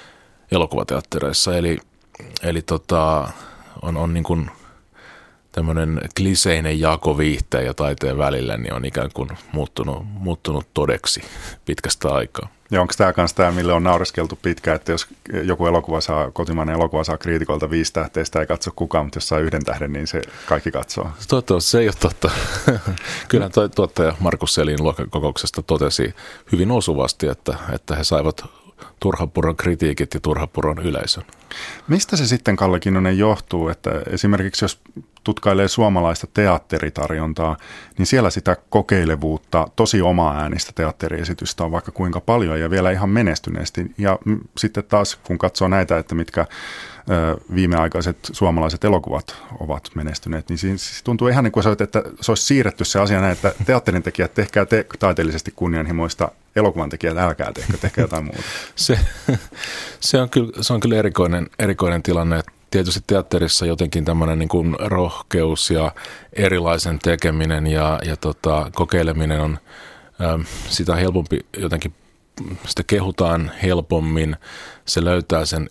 elokuvateattereissa. Eli, eli tota, on, on niin kuin tämmöinen kliseinen jako viihteen ja taiteen välillä, niin on ikään kuin muuttunut, muuttunut todeksi pitkästä aikaa.
Ja onko tämä myös tämä, mille on naureskeltu pitkään, että jos joku elokuva saa, kotimainen elokuva saa kriitikolta viisi tähteä, sitä ei katso kukaan, mutta jos saa yhden tähden, niin se kaikki katsoo.
Toivottavasti se ei ole totta. Kyllähän toi tuottaja Markus Selin luokkakokouksesta totesi hyvin osuvasti, että, että he saivat turhapuron kritiikit ja turhapuron yleisön. Mistä se sitten, Kalle Kinnunen, johtuu, että esimerkiksi jos tutkailee suomalaista teatteritarjontaa, niin siellä sitä kokeilevuutta, tosi omaa äänistä teatteriesitystä on vaikka kuinka paljon ja vielä ihan menestyneesti. Ja sitten taas kun katsoo näitä, että mitkä viimeaikaiset suomalaiset elokuvat ovat menestyneet, niin siinä tuntuu ihan niin kuin se, että se olisi siirretty se asia näin, että teatterintekijät tehkää te taiteellisesti kunnianhimoista, elokuvan tekijät älkää tehkää, tehkää jotain muuta. Se, se, on kyllä, se on kyllä erikoinen, erikoinen tilanne. Tietysti teatterissa jotenkin tämmöinen niin kuin rohkeus ja erilaisen tekeminen ja, ja tota, kokeileminen on ä, sitä helpompi jotenkin, sitä kehutaan helpommin, se löytää sen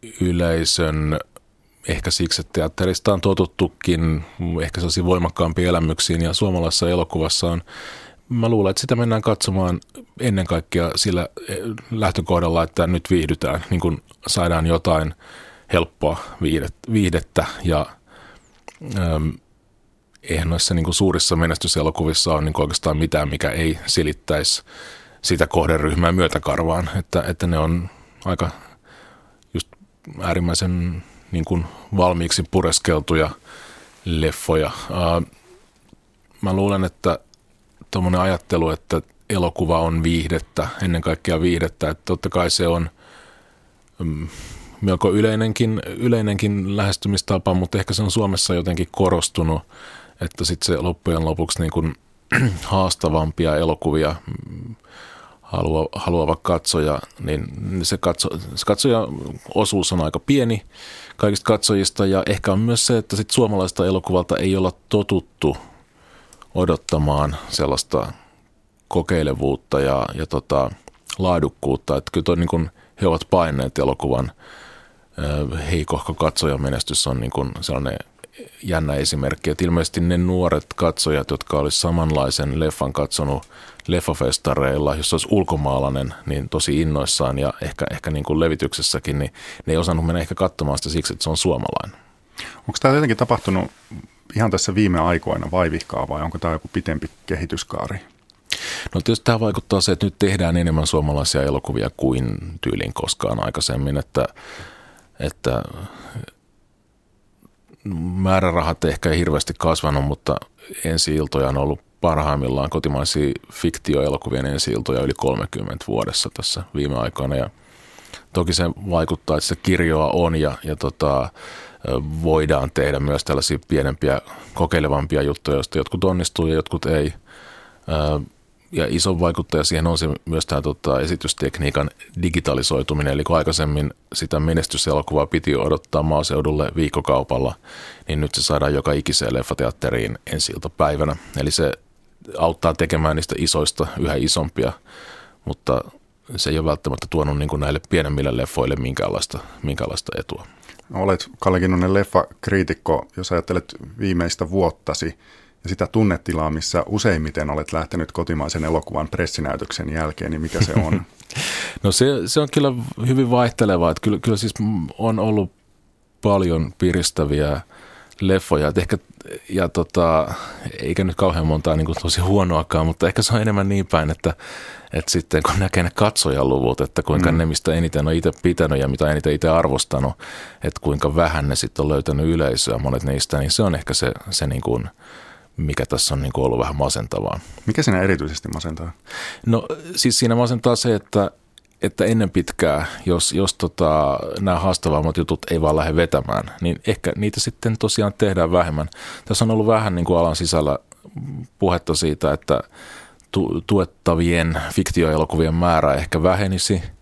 yleisön ehkä siksi, että teatterista on totuttukin ehkä sellaisiin voimakkaampiin elämyksiin ja suomalaisessa elokuvassa on, mä luulen, että sitä mennään katsomaan ennen kaikkea sillä lähtökohdalla, että nyt viihdytään, niin kuin saadaan jotain helppoa viihdettä ja äm, eihän noissa niin kuin suurissa menestyselokuvissa ole niin kuin oikeastaan mitään, mikä ei silittäisi sitä kohderyhmää myötäkarvaan, että, että ne on aika just äärimmäisen niin kuin valmiiksi pureskeltuja leffoja. Ää, mä luulen, että tuommoinen ajattelu, että elokuva on viihdettä, ennen kaikkea viihdettä, että totta kai se on mm, melko yleinenkin, yleinenkin lähestymistapa, mutta ehkä se on Suomessa jotenkin korostunut, että sitten se loppujen lopuksi niin kuin haastavampia elokuvia halua, haluava katsoja, niin se, katso, se katsoja osuus on aika pieni kaikista katsojista ja ehkä on myös se, että sit suomalaista elokuvalta ei olla totuttu odottamaan sellaista kokeilevuutta ja, ja tota, laadukkuutta, että kyllä toi niin kuin He ovat paineet elokuvan heikohko katsojamenestys on niin kuin sellainen jännä esimerkki, että ilmeisesti ne nuoret katsojat, jotka olisi samanlaisen leffan katsonut leffafestareilla, jos olisi ulkomaalainen, niin tosi innoissaan ja ehkä, ehkä niin kuin levityksessäkin, niin ne ei osannut mennä ehkä katsomaan sitä siksi, että se on suomalainen.
Onko tämä jotenkin tapahtunut ihan tässä viime aikoina vaivihkaa vai onko tämä joku pitempi kehityskaari?
No tietysti tämä vaikuttaa se, että nyt tehdään enemmän suomalaisia elokuvia kuin tyyliin koskaan aikaisemmin, että, että määrärahat ehkä ei hirveästi kasvanut, mutta ensi-iltoja on ollut parhaimmillaan kotimaisia fiktioelokuvien ensi-iltoja yli kolmekymmentä vuodessa tässä viime aikoina ja toki se vaikuttaa, että se kirjoa on ja, ja tota, voidaan tehdä myös tällaisia pienempiä kokeilevampia juttuja, joista jotkut onnistuu ja jotkut ei. Ja iso vaikuttaja siihen on se, myös tämä tota, esitystekniikan digitalisoituminen. Eli kun aikaisemmin sitä menestyselokuvaa piti odottaa maaseudulle viikkokaupalla, niin nyt se saadaan joka ikiseen leffateatteriin ensi-iltapäivänä. Eli se auttaa tekemään niistä isoista yhä isompia, mutta se ei ole välttämättä tuonut niin kuin näille pienemmille leffoille minkäänlaista, minkäänlaista etua.
Olet, Kalle Kinnunen, leffakriitikko, jos ajattelet viimeistä vuottasi ja sitä tunnetilaa, missä useimmiten olet lähtenyt kotimaisen elokuvan pressinäytöksen jälkeen, niin mikä se on?
No se, se on kyllä hyvin vaihtelevaa. Että kyllä, kyllä siis on ollut paljon piristäviä leffoja. Että ehkä, ja tota, eikä nyt kauhean montaa niin kuin tosi huonoakaan, mutta ehkä se on enemmän niin päin, että, että sitten kun näkee ne katsojaluvut, että kuinka mm. ne, mistä eniten on itse pitänyt ja mitä eniten itse arvostanut, että kuinka vähän ne sitten on löytänyt yleisöä, monet niistä, niin se on ehkä se, se niin kuin, mikä tässä on niin kuin ollut vähän masentavaa.
Mikä siinä erityisesti masentaa?
No siis siinä masentaa se, että, että ennen pitkää, jos, jos tota, nämä haastavammat jutut ei vaan lähde vetämään, niin ehkä niitä sitten tosiaan tehdään vähemmän. Tässä on ollut vähän niin kuin alan sisällä puhetta siitä, että tu- tuettavien fiktioelokuvien määrä ehkä vähenisi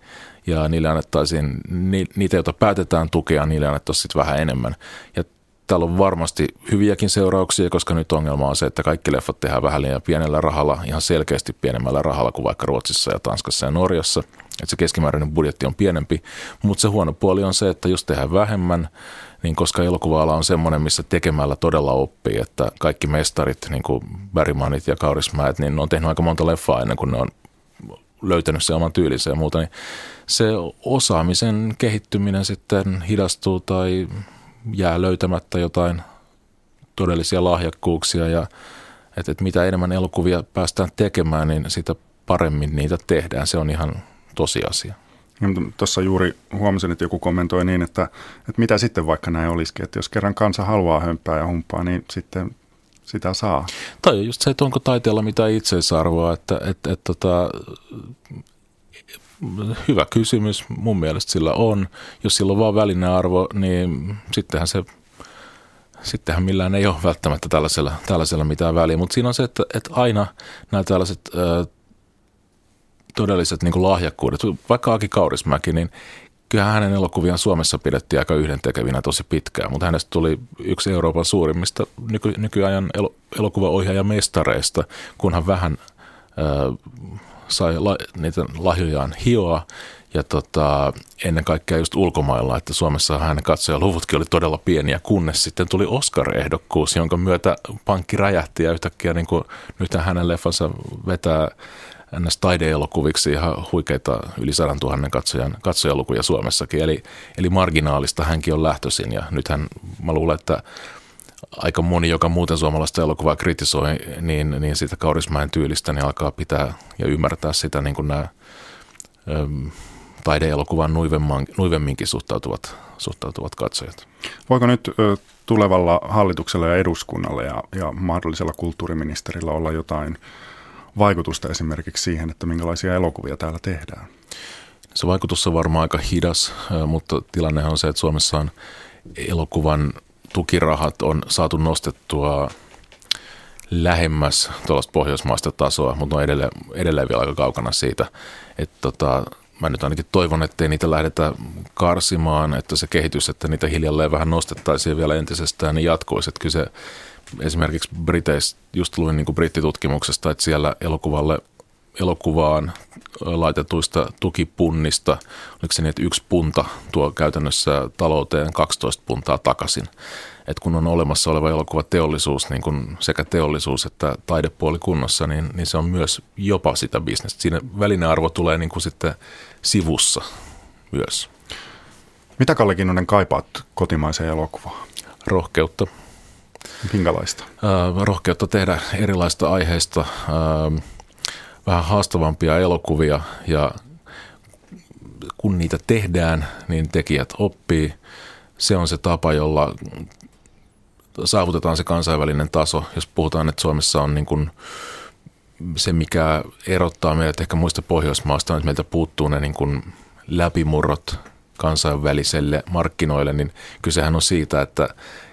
ja niille annettaisiin, niitä, joita päätetään tukea, niille annettaisiin sitten vähän enemmän. Ja täällä on varmasti hyviäkin seurauksia, koska nyt ongelma on se, että kaikki leffat tehdään vähän liian pienellä rahalla, ihan selkeästi pienemmällä rahalla kuin vaikka Ruotsissa ja Tanskassa ja Norjassa. Että se keskimääräinen budjetti on pienempi, mutta se huono puoli on se, että jos tehdään vähemmän, niin koska elokuva-ala on semmoinen, missä tekemällä todella oppii, että kaikki mestarit, niin kuin Bergmanit ja Kaurismäet, niin ne on tehnyt aika monta leffaa ennen kuin ne on löytänyt sen oman tyylinsä ja muuta, niin se osaamisen kehittyminen sitten hidastuu tai jää löytämättä jotain todellisia lahjakkuuksia ja että, että mitä enemmän elokuvia päästään tekemään, niin sitä paremmin niitä tehdään. Se on ihan tosiasia.
Tuossa juuri huomasin, että joku kommentoi niin, että, että mitä sitten vaikka näin olisikin, että jos kerran kansa haluaa hömpää ja humpaa, niin sitten sitä saa.
Tai on just se, että onko taiteella mitään itseisarvoa, että, että, että, että hyvä kysymys, mun mielestä sillä on. Jos sillä on vaan välinen arvo, niin sittenhän se, sittenhän millään ei ole välttämättä tällaisella, tällaisella mitään väliä. Mutta siinä on se, että, että aina nämä tällaiset ä, todelliset niin kuin lahjakkuudet, vaikka Aki Kaurismäki, niin kyllähän hänen elokuviaan Suomessa pidettiin aika yhdentekevinä tosi pitkään, mutta hänestä tuli yksi Euroopan suurimmista nyky, nykyajan el, elokuvaohjaajamestareista, kun hän vähän ä, sai la, niitä lahjojaan hioa ja tota, ennen kaikkea just ulkomailla, että Suomessa hänen katsojaluvutkin oli todella pieniä, kunnes sitten tuli Oscar-ehdokkuus, jonka myötä pankki räjähti ja yhtäkkiä niin kuin, nyt hänen leffansa vetää ns. Taideelokuviksi ihan huikeita yli sadan tuhannen katsojan, katsojalukuja Suomessakin, eli, eli marginaalista hänkin on lähtöisin ja nythän mä luulen, että aika moni, joka muuten suomalaista elokuvaa kritisoi, niin, niin siitä Kaurismäen tyylistä niin alkaa pitää ja ymmärtää sitä niin kuin nämä äm, taideelokuvan nuivemminkin suhtautuvat, suhtautuvat katsojat.
Voiko nyt ö, tulevalla hallituksella ja eduskunnalla ja, ja mahdollisella kulttuuriministerillä olla jotain vaikutusta esimerkiksi siihen, että minkälaisia elokuvia täällä tehdään?
Se vaikutus on varmaan aika hidas, mutta tilannehan on se, että Suomessa on elokuvan tukirahat on saatu nostettua lähemmäs tuollaista pohjoismaista tasoa, mutta on edelleen, edelleen vielä aika kaukana siitä. Että tota, mä nyt ainakin toivon, ettei niitä lähdetä karsimaan, että se kehitys, että niitä hiljalleen vähän nostettaisiin vielä entisestään, niin jatkuisi. Että kyllä se esimerkiksi Briteistä, just luin niin kuin brittitutkimuksesta, että siellä elokuvalle, elokuvaan laitetuista tukipunnista, oliko se niin, että yksi punta tuo käytännössä talouteen kaksitoista puntaa takaisin. Että kun on olemassa oleva elokuvateollisuus, niin kun sekä teollisuus että taidepuoli kunnossa, niin, niin se on myös jopa sitä bisnestä. Siinä välinen arvo tulee niin kuin sitten sivussa myös.
Mitä Kalle Kinnunen kaipaat kotimaiseen elokuvaan?
Rohkeutta.
Minkälaista?
Äh, rohkeutta tehdä erilaista aiheista, äh, vähän haastavampia elokuvia ja kun niitä tehdään, niin tekijät oppii. Se on se tapa, jolla saavutetaan se kansainvälinen taso. Jos puhutaan, että Suomessa on niin kuin se, mikä erottaa meidät ehkä muista Pohjoismaista, että meiltä puuttuu ne niin kuin läpimurrot kansainväliselle markkinoille, niin kysehän on siitä, että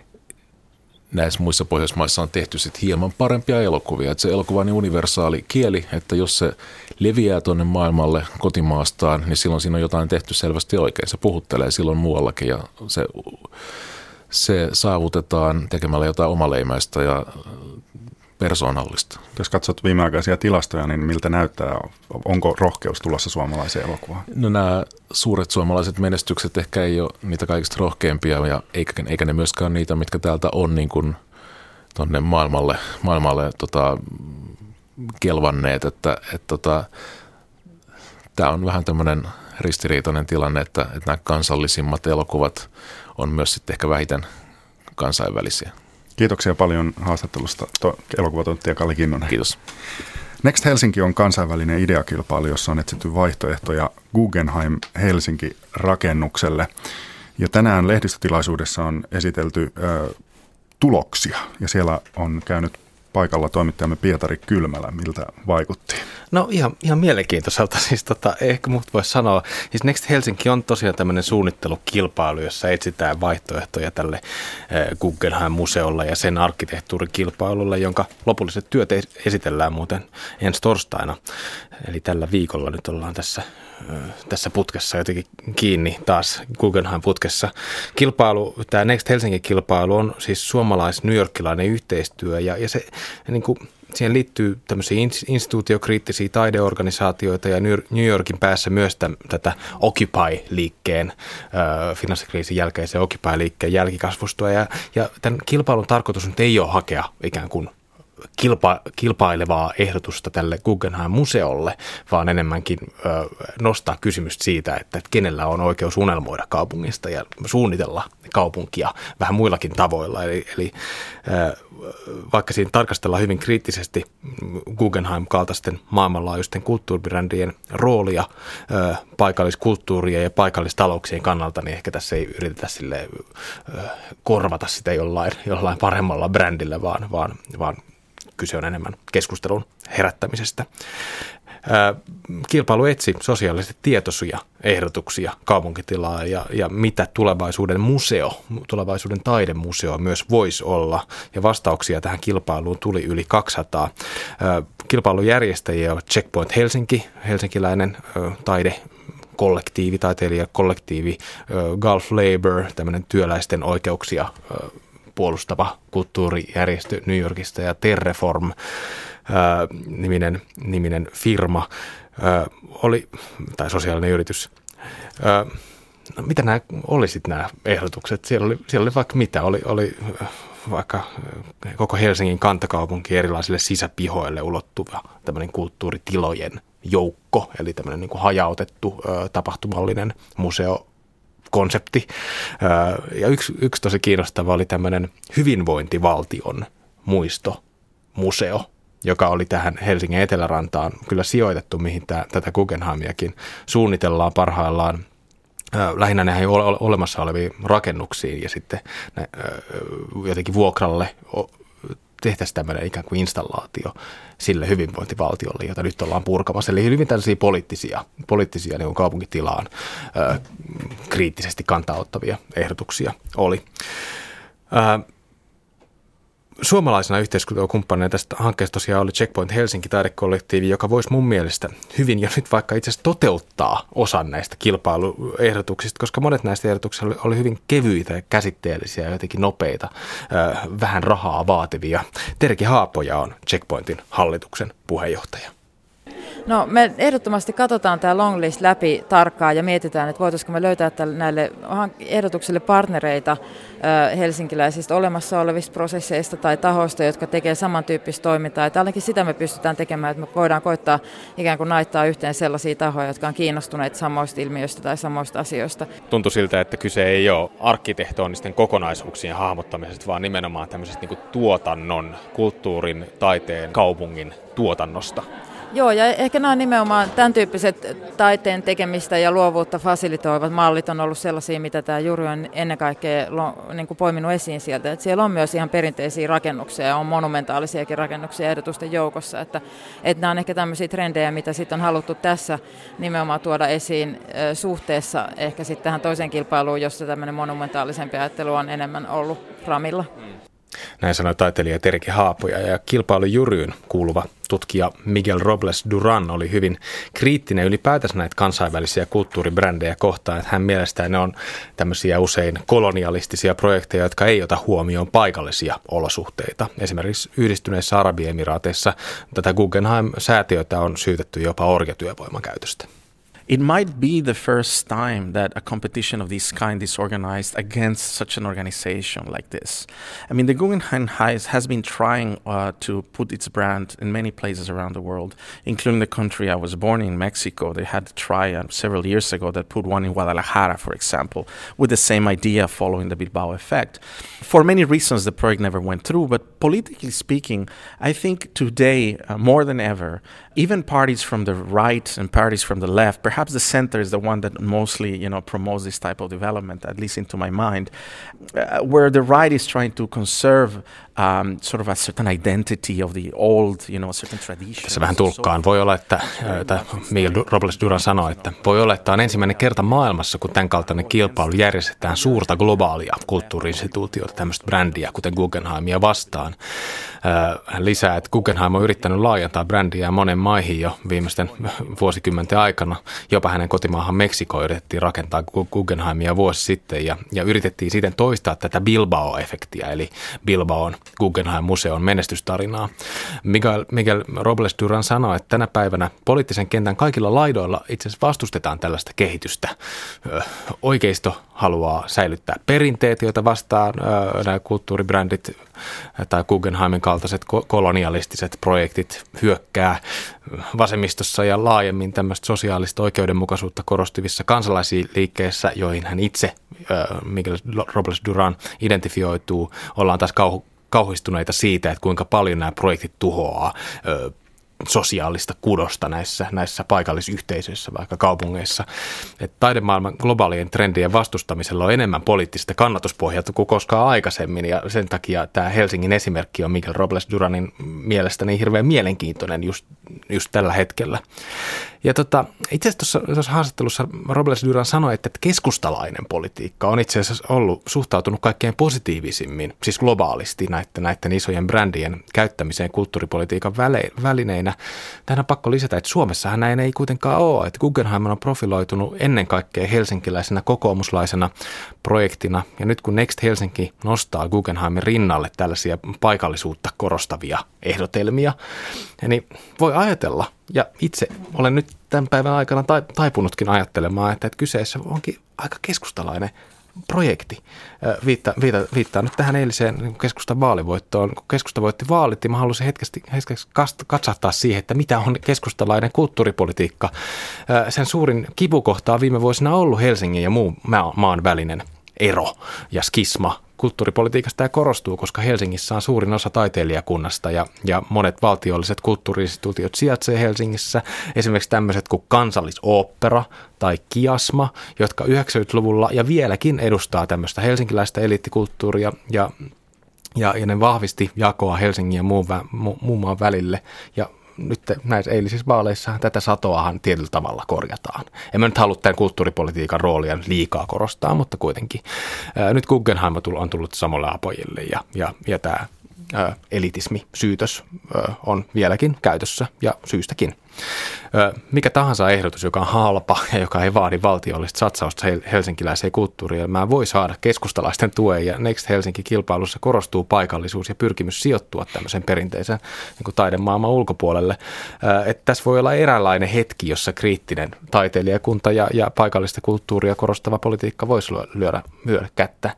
näissä muissa Pohjoismaissa on tehty sit hieman parempia elokuvia. Että se elokuva on niin universaali kieli, että jos se leviää tuonne maailmalle kotimaastaan, niin silloin siinä on jotain tehty selvästi oikein. Se puhuttelee silloin muuallakin ja se, se saavutetaan tekemällä jotain omaleimäistä ja persoonallista.
Jos katsot viimeaikaisia tilastoja, niin miltä näyttää? Onko rohkeus tulossa suomalaiseen elokuvaan?
No nämä suuret suomalaiset menestykset ehkä ei ole niitä kaikista rohkeimpia, ja eikä, eikä ne myöskään niitä, mitkä täältä on niin kuin tuonne maailmalle, maailmalle tota, kelvanneet. Että, et, tota, tämä on vähän tämmöinen ristiriitainen tilanne, että, että nämä kansallisimmat elokuvat on myös sitten ehkä vähiten kansainvälisiä. Kiitoksia paljon haastattelusta, elokuvatuottaja Kalle Kinnunen. Kiitos. Next Helsinki on kansainvälinen ideakilpailu, jossa on etsitty vaihtoehtoja Guggenheim Helsinki-rakennukselle. Ja tänään lehdistötilaisuudessa on esitelty ö, tuloksia, ja siellä on käynyt
paikalla toimittajamme Pietari Kylmälä. Miltä vaikutti?
No ihan, ihan mielenkiintoiselta. Siis tota, ehkä muut voisi sanoa. Siis Next Helsinki on tosiaan tämmöinen suunnittelukilpailu, jossa etsitään vaihtoehtoja tälle Guggenheim-museolle ja sen arkkitehtuurikilpailulle, jonka lopulliset työt esitellään muuten ensi torstaina. Eli tällä viikolla nyt ollaan tässä, tässä putkessa jotenkin kiinni taas Guggenheim-putkessa. Kilpailu, tämä Next Helsinki-kilpailu on siis suomalais-newyorkilainen yhteistyö ja, ja se niin kuin siihen liittyy tämmöisiä instituutiokriittisiä taideorganisaatioita ja New Yorkin päässä myös tämän, tätä Occupy-liikkeen, äh, finanssikriisin jälkeisen Occupy-liikkeen jälkikasvustoa. Ja, ja tämän kilpailun tarkoitus nyt ei ole hakea ikään kuin kilpa, kilpailevaa ehdotusta tälle Guggenheim-museolle, vaan enemmänkin ö, nostaa kysymystä siitä, että, että kenellä on oikeus unelmoida kaupungista ja suunnitella kaupunkia vähän muillakin tavoilla. Eli, eli ö, vaikka siinä tarkastellaan hyvin kriittisesti Guggenheim-kaltaisten maailmanlaajuisten kulttuuribrändien roolia ö, paikalliskulttuuria ja paikallistalouksien kannalta, niin ehkä tässä ei yritetä sille, ö, korvata sitä jollain, jollain paremmalla brändillä, vaan, vaan, vaan kyse on enemmän keskustelun herättämisestä. Kilpailu etsi sosiaalisesti tietoisia ehdotuksia kaupunkitilaa ja, ja mitä tulevaisuuden museo, tulevaisuuden taidemuseo myös voisi olla. Ja vastauksia tähän kilpailuun tuli yli kaksisataa. Kilpailun järjestäjiä on Checkpoint Helsinki, helsinkiläinen taide kollektiivi, taiteilijakollektiivi, Gulf Labor, tämmöinen työläisten oikeuksia puolustava kulttuurijärjestö New Yorkista ja Terreform ää, niminen, niminen firma ää, oli, tai sosiaalinen yritys. Ää, no, mitä nämä oli sitten nämä ehdotukset? Siellä oli, siellä oli vaikka mitä, oli, oli vaikka koko Helsingin kantakaupunki erilaisille sisäpihoille ulottuva tämmöinen kulttuuritilojen joukko, eli tämmöinen niin kuin hajautettu ää, tapahtumallinen museo konsepti. Ja yksi, yksi tosi kiinnostava oli tämmöinen hyvinvointivaltion muistomuseo, joka oli tähän Helsingin Etelärantaan kyllä sijoitettu, mihin tää, tätä Guggenheimiakin suunnitellaan parhaillaan. Lähinnä ne ei ole olemassa olevia rakennuksia ja sitten ne, jotenkin vuokralle tehtäisiin tämmöinen ikään kuin installaatio sille hyvinvointivaltiolle, jota nyt ollaan purkamassa. Eli hyvin tällaisia poliittisia, poliittisia niin kuin kaupunkitilaan ö, kriittisesti kantaa ottavia ehdotuksia oli. Ö, Suomalaisena yhteiskuntakumppanina tästä hankkeesta tosiaan oli Checkpoint Helsinki taidekollektiivi, joka voisi mun mielestä hyvin jo nyt vaikka itse asiassa toteuttaa osan näistä kilpailuehdotuksista, koska monet näistä ehdotuksista oli hyvin kevyitä ja käsitteellisiä ja jotenkin nopeita, vähän rahaa vaativia. Terki Haapoja on Checkpointin hallituksen puheenjohtaja.
No me ehdottomasti katsotaan tämä long list läpi tarkkaan ja mietitään, että voitaisiinko me löytää näille ehdotuksille partnereita helsinkiläisistä olemassa olevista prosesseista tai tahoista, jotka tekee samantyyppistä toimintaa. Että ainakin sitä me pystytään tekemään, että me voidaan koittaa ikään kuin naittaa yhteen sellaisia tahoja, jotka on kiinnostuneita samoista ilmiöistä tai samoista asioista.
Tuntui siltä, että kyse ei ole arkkitehtonisten kokonaisuuksien hahmottamisesta, vaan nimenomaan tämmöisestä niin kuin tuotannon, kulttuurin, taiteen, kaupungin tuotannosta.
Joo, ja ehkä nämä nimenomaan tämän tyyppiset taiteen tekemistä ja luovuutta fasilitoivat mallit on ollut sellaisia, mitä tämä Juri on ennen kaikkea niin kuin poiminut esiin sieltä. Että siellä on myös ihan perinteisiä rakennuksia ja on monumentaalisiakin rakennuksia ehdotusten joukossa. Että, että nämä on ehkä tämmöisiä trendejä, mitä sitten on haluttu tässä nimenomaan tuoda esiin suhteessa ehkä sitten tähän toiseen kilpailuun, jossa tämmöinen monumentaalisempi ajattelu on enemmän ollut ramilla.
Näin sanoi taiteilija Terki Haapoja ja kilpailujuryyn kuuluva tutkija Miguel Robles Duran oli hyvin kriittinen ylipäätänsä näitä kansainvälisiä kulttuuribrändejä kohtaan, että hän mielestään ne on tämmöisiä usein kolonialistisia projekteja, jotka ei ota huomioon paikallisia olosuhteita. Esimerkiksi Yhdistyneissä Arabiemiraateissa tätä Guggenheim-säätiötä on syytetty jopa orjatyövoiman käytöstä.
It might be the first time that a competition of this kind is organized against such an organization like this. I mean, the Guggenheim has been trying uh, to put its brand in many places around the world, including the country I was born in, Mexico. They had to try uh, several years ago that put one in Guadalajara, for example, with the same idea following the Bilbao effect. For many reasons, the project never went through, but politically speaking, I think today, uh, more than ever, even parties from the right and parties from the left, perhaps the center is the one that mostly, you know, promotes this type of development, at least into my mind, uh, where the right is trying to conserve um, sort of a certain identity of the old, you know, certain tradition.
Tässä vähän tulkkaan. Voi olla, että, että Miguel Robles Duran sanoi, että voi olla, että on ensimmäinen kerta maailmassa, kun tämän kaltainen kilpailu järjestetään suurta globaalia kulttuuri-instituutiota, tämmöistä brändiä, kuten Guggenheimia vastaan. Hän lisää, että Guggenheim on yrittänyt laajentaa brändiä monen maihin jo viimeisten vuosikymmenten aikana. Jopa hänen kotimaahan Meksikoon yritettiin rakentaa Guggenheimia vuosi sitten ja, ja yritettiin siten toistaa tätä Bilbao-efektiä, eli Bilbaon Guggenheim-museon menestystarinaa. Miguel, Miguel Robles Duran sanoi, että tänä päivänä poliittisen kentän kaikilla laidoilla itse asiassa vastustetaan tällaista kehitystä. Oikeisto haluaa säilyttää perinteet, joita vastaan nämä kulttuuribrändit tai Guggenheimin kaltaiset kolonialistiset projektit hyökkää. Vasemmistossa ja laajemmin tämmöistä sosiaalista oikeudenmukaisuutta korostivissa kansalaisliikkeissä, joihin hän itse, Miguel Robles Duran, identifioituu, ollaan taas kauhu, kauhistuneita siitä, että kuinka paljon nämä projektit tuhoaa ö, sosiaalista kudosta näissä, näissä paikallisyhteisöissä, vaikka kaupungeissa. Et taidemaailman globaalien trendien vastustamisella on enemmän poliittista kannatuspohjaa kuin koskaan aikaisemmin, ja sen takia tämä Helsingin esimerkki on Miguel Robles Duranin mielestä niin hirveän mielenkiintoinen just, just tällä hetkellä. Ja tota, itse asiassa tuossa haastattelussa Robles Duran sanoi, että keskustalainen politiikka on itse asiassa ollut suhtautunut kaikkein positiivisimmin, siis globaalisti näiden, näiden isojen brändien käyttämiseen kulttuuripolitiikan väle, välineinä. Tähän on pakko lisätä, että Suomessahan näin ei kuitenkaan ole, että Guggenheim on profiloitunut ennen kaikkea helsinkiläisenä kokoomuslaisena projektina, ja nyt kun Next Helsinki nostaa Guggenheimin rinnalle tällaisia paikallisuutta korostavia ehdotelmia, niin voi ajatella, ja itse olen nyt tämän päivän aikana taipunutkin ajattelemaan, että kyseessä onkin aika keskustalainen projekti. Viittaa, viittaa, viittaa nyt tähän eiliseen keskustan vaalivoittoon. Kun keskusta voitti vaalit, niin mä haluaisin hetkeksi, hetkeksi katsahtaa siihen, että mitä on keskustalainen kulttuuripolitiikka. Sen suurin kipukohta on viime vuosina ollut Helsingin ja muun maan välinen ero ja skisma. Kulttuuripolitiikasta tämä korostuu, koska Helsingissä on suurin osa taiteilijakunnasta ja, ja monet valtiolliset kulttuuri-instituutiot sijaitsee Helsingissä. Esimerkiksi tämmöiset kuin Kansallisooppera tai Kiasma, jotka yhdeksänkymmentäluvulla ja vieläkin edustaa tämmöistä helsinkiläistä eliittikulttuuria ja, ja, ja ne vahvisti jakoa Helsingin ja muun, muun maan välille. Ja nyt näissä eilisissä vaaleissa tätä satoahan tietyllä tavalla korjataan. En mä nyt halua tämän kulttuuripolitiikan roolia liikaa korostaa, mutta kuitenkin. Ää, nyt Guggenheim on tullut samalle apojille ja, ja, ja tämä ää, elitismi-syytös ää, on vieläkin käytössä ja syystäkin. Mikä tahansa ehdotus, joka on halpa ja joka ei vaadi valtiollista satsausta helsinkiläiseen kulttuuriin, mä voi saada keskustalaisten tuen, ja Next Helsinki-kilpailussa korostuu paikallisuus ja pyrkimys sijoittua tämmöisen perinteisen niin kuin taidemaailman ulkopuolelle. Että tässä voi olla eräänlainen hetki, jossa kriittinen taiteilijakunta ja, ja paikallista kulttuuria korostava politiikka voisi lyödä, lyödä kättä.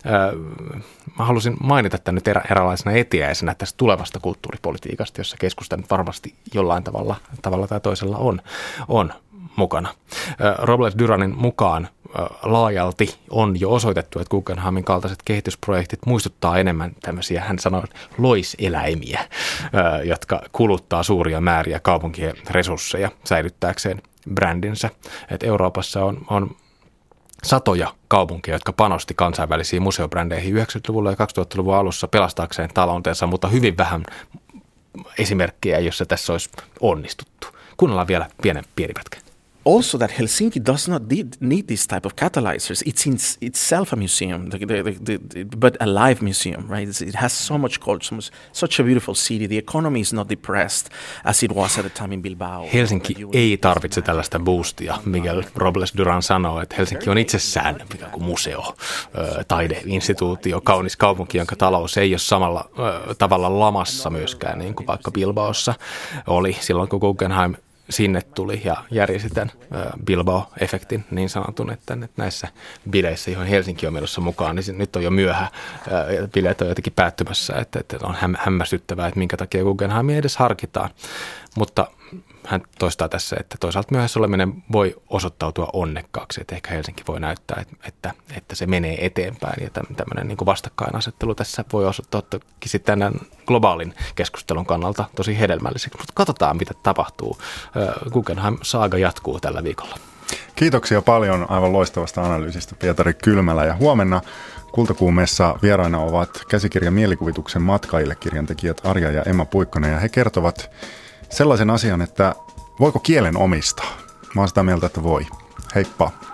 Mä halusin mainita tämän nyt erä, eräänlaisena etiäisenä tästä tulevasta kulttuuripolitiikasta, jossa keskusta nyt varmasti jollain tavalla tavalla tai toisella on, on mukana. Robles Duranin mukaan laajalti on jo osoitettu, että Guggenheimin kaltaiset kehitysprojektit muistuttaa enemmän tämmöisiä, hän sanoi, loiseläimiä, jotka kuluttaa suuria määriä kaupunkien resursseja säilyttääkseen brändinsä. Et Euroopassa on, on satoja kaupunkeja, jotka panosti kansainvälisiin museobrändeihin yhdeksänkymmentäluvulla ja kaksituhattaluvun alussa pelastaakseen taloutensa, mutta hyvin vähän esimerkkejä, jossa tässä olisi onnistuttu. Kuunnellaan vielä pienen pieni pätkä.
Also that Helsinki does not need, need this type of catalyzers. It's in itself a museum, the, the, the, the, but a live museum, right? It's, it has so much culture, so much, such a beautiful city. The economy is not depressed as it was at the time in Bilbao.
Helsinki ei tarvitse tällaista boostia. Miguel Robles Duran sanoo, että Helsinki on itsessään kuin museo, taideinstituutio, kaunis kaupunki, jonka talous ei ole samalla tavalla lamassa myöskään, niin kuin vaikka Bilbaossa oli silloin, kun Guggenheim sinne tuli ja järjesti tämän Bilbao-efektin niin sanotun, että näissä bileissä, joihin Helsinki on menossa mukaan, niin nyt on jo myöhä. Bileet on jotenkin päättymässä, että, että on hämmästyttävää, että minkä takia Guggenheimia edes harkitaan. Mutta hän toistaa tässä, että toisaalta myöhässä oleminen voi osoittautua onnekkaaksi, että ehkä Helsinki voi näyttää, että, että, että se menee eteenpäin ja tämmöinen niin kuin vastakkainasettelu tässä voi osoittaa tämän globaalin keskustelun kannalta tosi hedelmälliseksi, mutta katsotaan mitä tapahtuu. Guggenheim-saaga jatkuu tällä viikolla.
Kiitoksia paljon aivan loistavasta analyysistä, Pietari Kylmälä. Ja huomenna Kultakuumessa vieraina ovat käsikirja Mielikuvituksen matkaille -kirjantekijät Arja ja Emma Puikkonen. Ja he kertovat sellaisen asian, että voiko kielen omistaa? Mä oon sitä mieltä, että voi. Heippa!